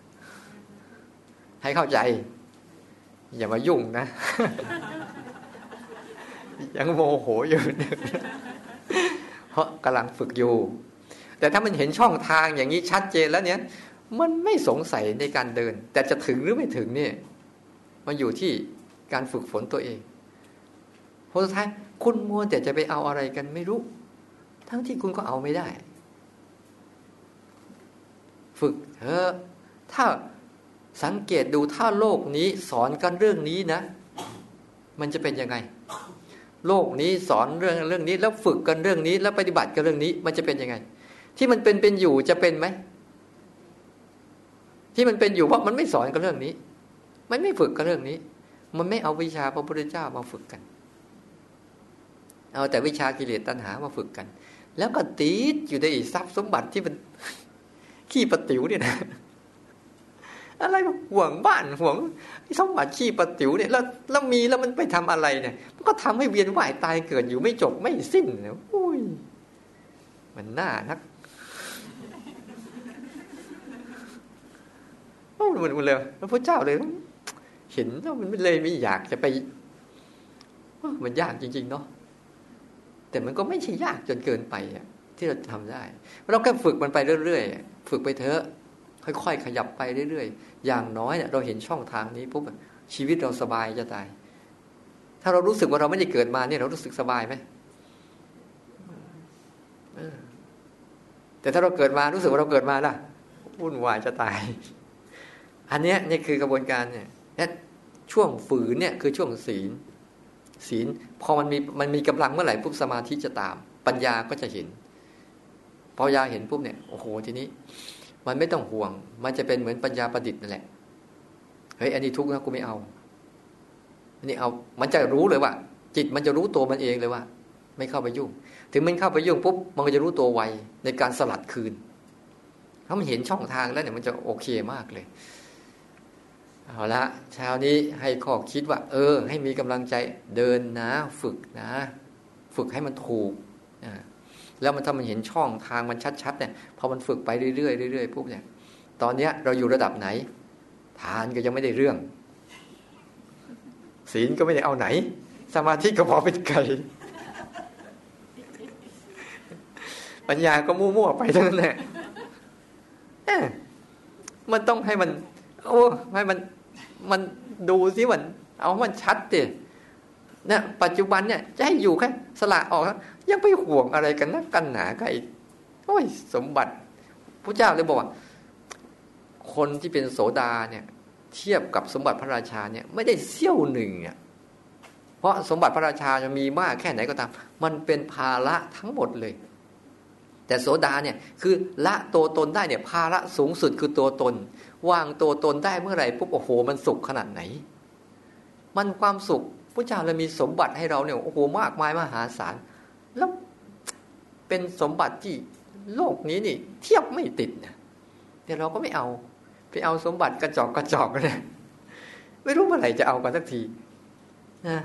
ให้เข้าใจอย่ามายุ่งนะ ยังโมโหอยู่ เพราะกำลังฝึกอยู่แต่ถ้ามันเห็นช่องทางอย่างนี้ชัดเจนแล้วเนี่ยมันไม่สงสัยในการเดินแต่จะถึงหรือไม่ถึงเนี่ยมันอยู่ที่การฝึกฝนตัวเองเพราะสุดท้ายคุณมัวแต่จะไปเอาอะไรกันไม่รู้ทั้งที่คุณก็เอาไม่ได้ฝึกเถอะถ้าสังเกตดูถ้าโลกนี้สอนกันเรื่องนี้นะมันจะเป็นยังไงโลกนี้สอนเรื่องนี้แล้วฝึกกันเรื่องนี้แล้วปฏิบัติกันเรื่องนี้มันจะเป็นยังไงที่มันเป็นอยู่จะเป็นไหมที่มันเป็นอยู่เพราะมันไม่สอนกันเรื่องนี้มันไม่ฝึกกันเรื่องนี้มันไม่เอาวิชาพระพุทธเจ้ามาฝึกกันเอาแต่วิชากิเลสตัณหามาฝึกกันแล้วก็ติดอยู่ในทรัพย์สมบัติที่มันขี้ประติ๋วเนี่ยนะอะไรห่วงบ้านห่วงสมบัติขี้ประติ๋วเนี่ยแล้วมีแล้วมันไปทำอะไรเนี่ยมันก็ทำให้เวียนว่ายตายเกิดอยู่ไม่จบไม่สิ้นเนี่ยอุ้ยมันน่านักโอ้มันเลยพระพุทธเจ้าเลยเห็นแล้วมันเลยไม่อยากจะไปมันยากจริงๆเนาะแต่มันก็ไม่ใช่ยากจนเกินไปที่เราทำได้เราแค่ฝึกมันไปเรื่อยๆฝึกไปเถอะค่อยๆขยับไปเรื่อยๆอย่างน้อยเนี่ยเราเห็นช่องทางนี้ปุ๊บชีวิตเราสบายจะตายถ้าเรารู้สึกว่าเราไม่ได้เกิดมาเนี่ยเรารู้สึกสบายไหมแต่ถ้าเราเกิดมารู้สึกว่าเราเกิดมาล่ะวุ่นวายจะตายอันนี้นี่คือกระบวนการเนี่ยช่วงฝืนเนี่ยคือช่วงศีลพอมันมีกำลังเมื่อไหร่ปุ๊บสมาธิจะตามปัญญาก็จะเห็นพอปัญญาเห็นปุ๊บเนี่ยโอ้โหทีนี้มันไม่ต้องห่วงมันจะเป็นเหมือนปัญญาประดิษฐ์นั่นแหละเฮ้ยอันนี้ทุกข์นะกูไม่เอาอันนี้เอามันจะรู้เลยว่าจิตมันจะรู้ตัวมันเองเลยว่าไม่เข้าไปยุ่งถึงมันเข้าไปยุ่งปุ๊บมันก็จะรู้ตัวไวในการสลัดคืนถ้ามันเห็นช่องทางแล้วเนี่ยมันจะโอเคมากเลยเอาละเช้านี้ให้ข้อคิดว่าให้มีกำลังใจเดินนะฝึกนะฝึกให้มันถูกแล้วมันถ้ามันเห็นช่องทางมันชัดๆเนี่ยพอมันฝึกไปเรื่อยๆเรื่อยๆปุ๊บเนี่ยตอนเนี้ยเราอยู่ระดับไหนทานก็ยังไม่ได้เรื่องศีลก็ไม่ได้เอาไหนสมาธิก็พอเป็นไก่ปัญญาก็มั่วๆไปเท่านั้นแหละมันต้องให้มันให้มันดูสิมันเอามันชัดดิเนี่ยปัจจุบันเนี่ยจะให้อยู่แค่สละออกยังไปห่วงอะไรกันนักกันหนากับไอ้โอ้ยสมบัติพระเจ้าเลยบอกว่าคนที่เป็นโสดาเนี่ยเทียบกับสมบัติพระราชาเนี่ยไม่ได้เสี้ยวหนึ่งอ่ะเพราะสมบัติพระราชาจะมีมากแค่ไหนก็ตามมันเป็นภาระทั้งหมดเลยแต่โสดาเนี่ยคือละตัวตนได้เนี่ยภาระสูงสุดคือตัวตนวางตัวตนได้เมื่อไหร่ปุ๊บโอ้โหมันสุขขนาดไหนมันความสุขพระเจ้าเลยมีสมบัติให้เราเนี่ยโอ้โหมากมายมหาศาลแล้วเป็นสมบัติที่โลกนี้นี่เทียบไม่ติดนะแต่เราก็ไม่เอาไปเอาสมบัติกระจอกกันเลยไม่รู้เมื่อไหร่จะเอากันสักทีนะ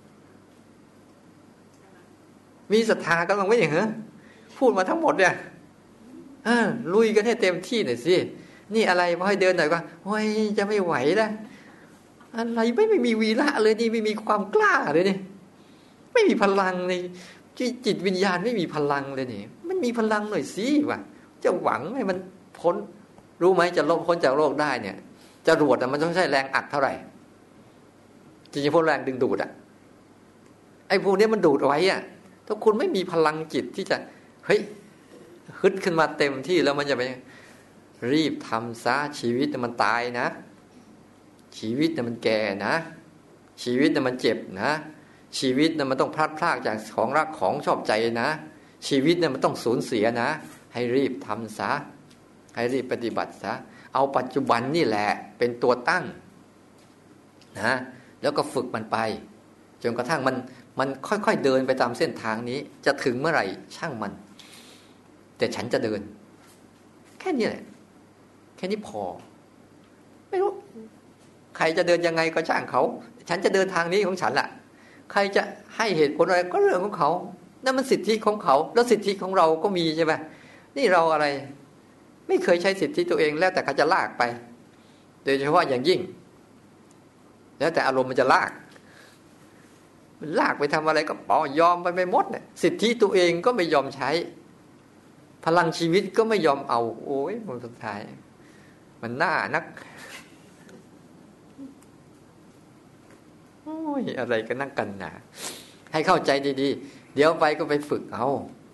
มีศรัทธากันบ้างไหมอย่างเงี้ยพูดมาทั้งหมดเนี่ยลุยกันให้เต็มที่หน่อยสินี่อะไรพอให้เดินหน่อยก็โอ้ยจะไม่ไหวแล้วอะไรไม่มีวีระเลยนี่ไม่มีความกล้าเลยนี่ไม่มีพลังในจิตวิญญาณไม่มีพลังเลยนี่มันมีพลังหน่อยสิว่ะจะหวังให้มันพ้นรู้ไหมจะพ้นจากโลกได้เนี่ยจรวดมันต้องใช้แรงอัดเท่าไหร่จริงๆพวกแรงดึงดูดไอ้พวกนี้มันดูดไว้ถ้าคุณไม่มีพลังจิตที่จะเฮ้ยฮึดขึ้นมาเต็มที่แล้วมันจะไปรีบทำซะชีวิตมันตายนะชีวิตมันแก่นะชีวิตมันเจ็บนะชีวิตมันต้องพลัดพรากจากของรักของชอบใจนะชีวิตมันต้องสูญเสียนะให้รีบทำซะให้รีบปฏิบัติซะเอาปัจจุบันนี่แหละเป็นตัวตั้งนะแล้วก็ฝึกมันไปจนกระทั่งมันค่อยๆเดินไปตามเส้นทางนี้จะถึงเมื่อไหร่ช่างมันแต่ฉันจะเดินแค่นี้แหละแค่นี้พอไม่รู้ใครจะเดินยังไงก็ช่างเขาฉันจะเดินทางนี้ของฉันล่ะใครจะให้เหตุผลอะไรก็เรื่องของเขานั่นมันสิทธิของเขาแล้วสิทธิของเราก็มีใช่ไหมนี่เราอะไรไม่เคยใช้สิทธิตัวเองแล้วแต่เขาจะลากไปโดยเฉพาะอย่างยิ่งแล้วแต่อารมณ์มันจะลากไปทำอะไรก็ยอมไปหมดเนี่ยสิทธิตัวเองก็ไม่ยอมใช้พลังชีวิตก็ไม่ยอมเอาโอ้ยมันสุดท้ายมันน่านักโอ้ยอะไรกันนักกันหนาให้เข้าใจดีๆเดี๋ยวไปก็ไปฝึกเอา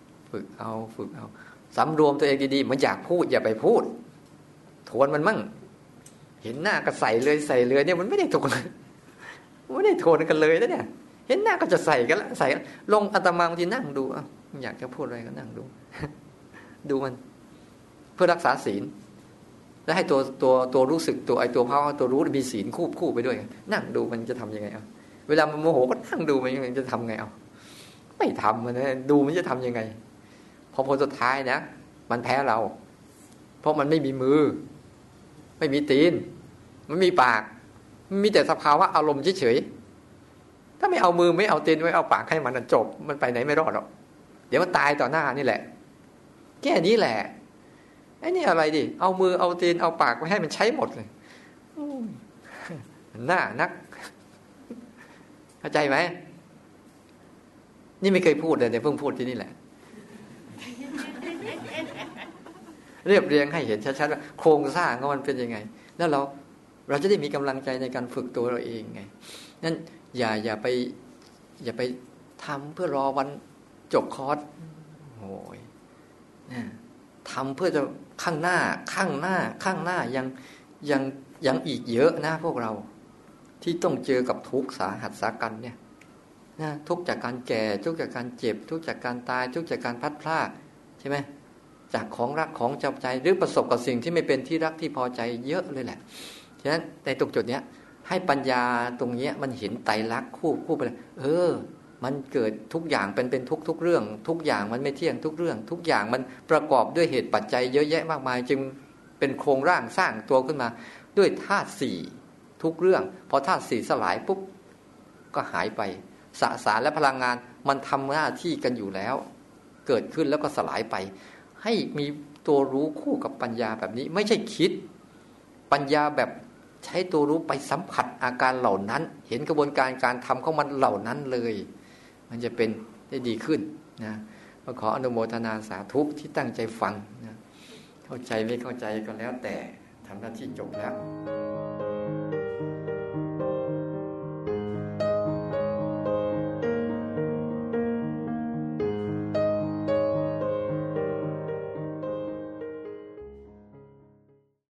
สำรวมตัวเองดีๆมันอยากพูดอย่าไปพูดทวนมันมั่งเห็นหน้าก็ใส่เลยเนี่ยมันไม่ได้ถูกไม่ได้โทนกันเลยนะเนี่ยเห็นหน้าก็จะใส่กันละใส่ลงอาตมาบางทีนั่งดูอยากจะพูดอะไรก็นั่งดูมันเพื่อรักษาศีลแล้วให้ตัวรู้สึกตัวไอตัวภาวะตัวรู้มีศีลคู่ไปด้วยนั่งดูมันจะทำยังไงเวลามันโมโหก็นั่งดูมันจะทำไงไม่ทำมันนะดูมันจะทำยังไงพอผลสุดท้ายนะมันแพ้เราเพราะมันไม่มีมือไม่มีตีนมันมีปากมันมีแต่สภาวะอารมณ์เฉยๆถ้าไม่เอามือไม่เอาตีนไม่เอาปากให้มันจบมันไปไหนไม่รอดหรอกเดี๋ยวมันตายต่อหน้านี่แหละแค่นี้แหละไอ้นี่อะไรดิเอามือเอาตีนเอาปากไปให้มันใช้หมดเลยน่านักเข้าใจไหมนี่ไม่เคยพูดเลยเดี๋ยวเพิ่งพูดที่นี่แหละเรียบเรียงให้เห็นชัดๆว่าโครงสร้างของมันเป็นยังไงแล้วเราจะได้มีกำลังใจในการฝึกตัวเราเองไงนั่นอย่าไปทำเพื่อรอวันจบคอร์สโอ้ยทำเพื่อจะข้างหน้ายังอีกเยอะนะพวกเราที่ต้องเจอกับทุกข์สาหัสสากันเนี่ยนะทุกข์จากการแก่ทุกข์จากการเจ็บทุกข์จากการตายทุกข์จากการพลัดพรากใช่ไหมจากของรักของจำใจหรือประสบกับสิ่งที่ไม่เป็นที่รักที่พอใจเยอะเลยแหละฉะนั้นในตรงจุดเนี้ยให้ปัญญาตรงเนี้ยมันเห็นไตรลักษณ์คู่ไปเลยมันเกิดทุกอย่างเป็นทุกเรื่องทุกอย่างมันไม่เที่ยงทุกเรื่องทุกอย่างมันประกอบด้วยเหตุปัจจัยเยอะแยะมากมายจึงเป็นโครงร่างสร้างตัวขึ้นมาด้วยธาตุสี่ทุกเรื่องพอธาตุสี่สลายปุ๊บก็หายไปสสารและพลังงานมันทำหน้าที่กันอยู่แล้วเกิดขึ้นแล้วก็สลายไปให้มีตัวรู้คู่กับปัญญาแบบนี้ไม่ใช่คิดปัญญาแบบใช้ตัวรู้ไปสัมผัสอาการเหล่านั้นเห็นกระบวนการการทำของมันเหล่านั้นเลยมันจะเป็นได้ดีขึ้นนะก็ขออนุโมทนาสาธุที่ตั้งใจฟังนะเข้าใจไม่เข้าใจก็แล้วแต่ทำหน้าที่จบแล้ว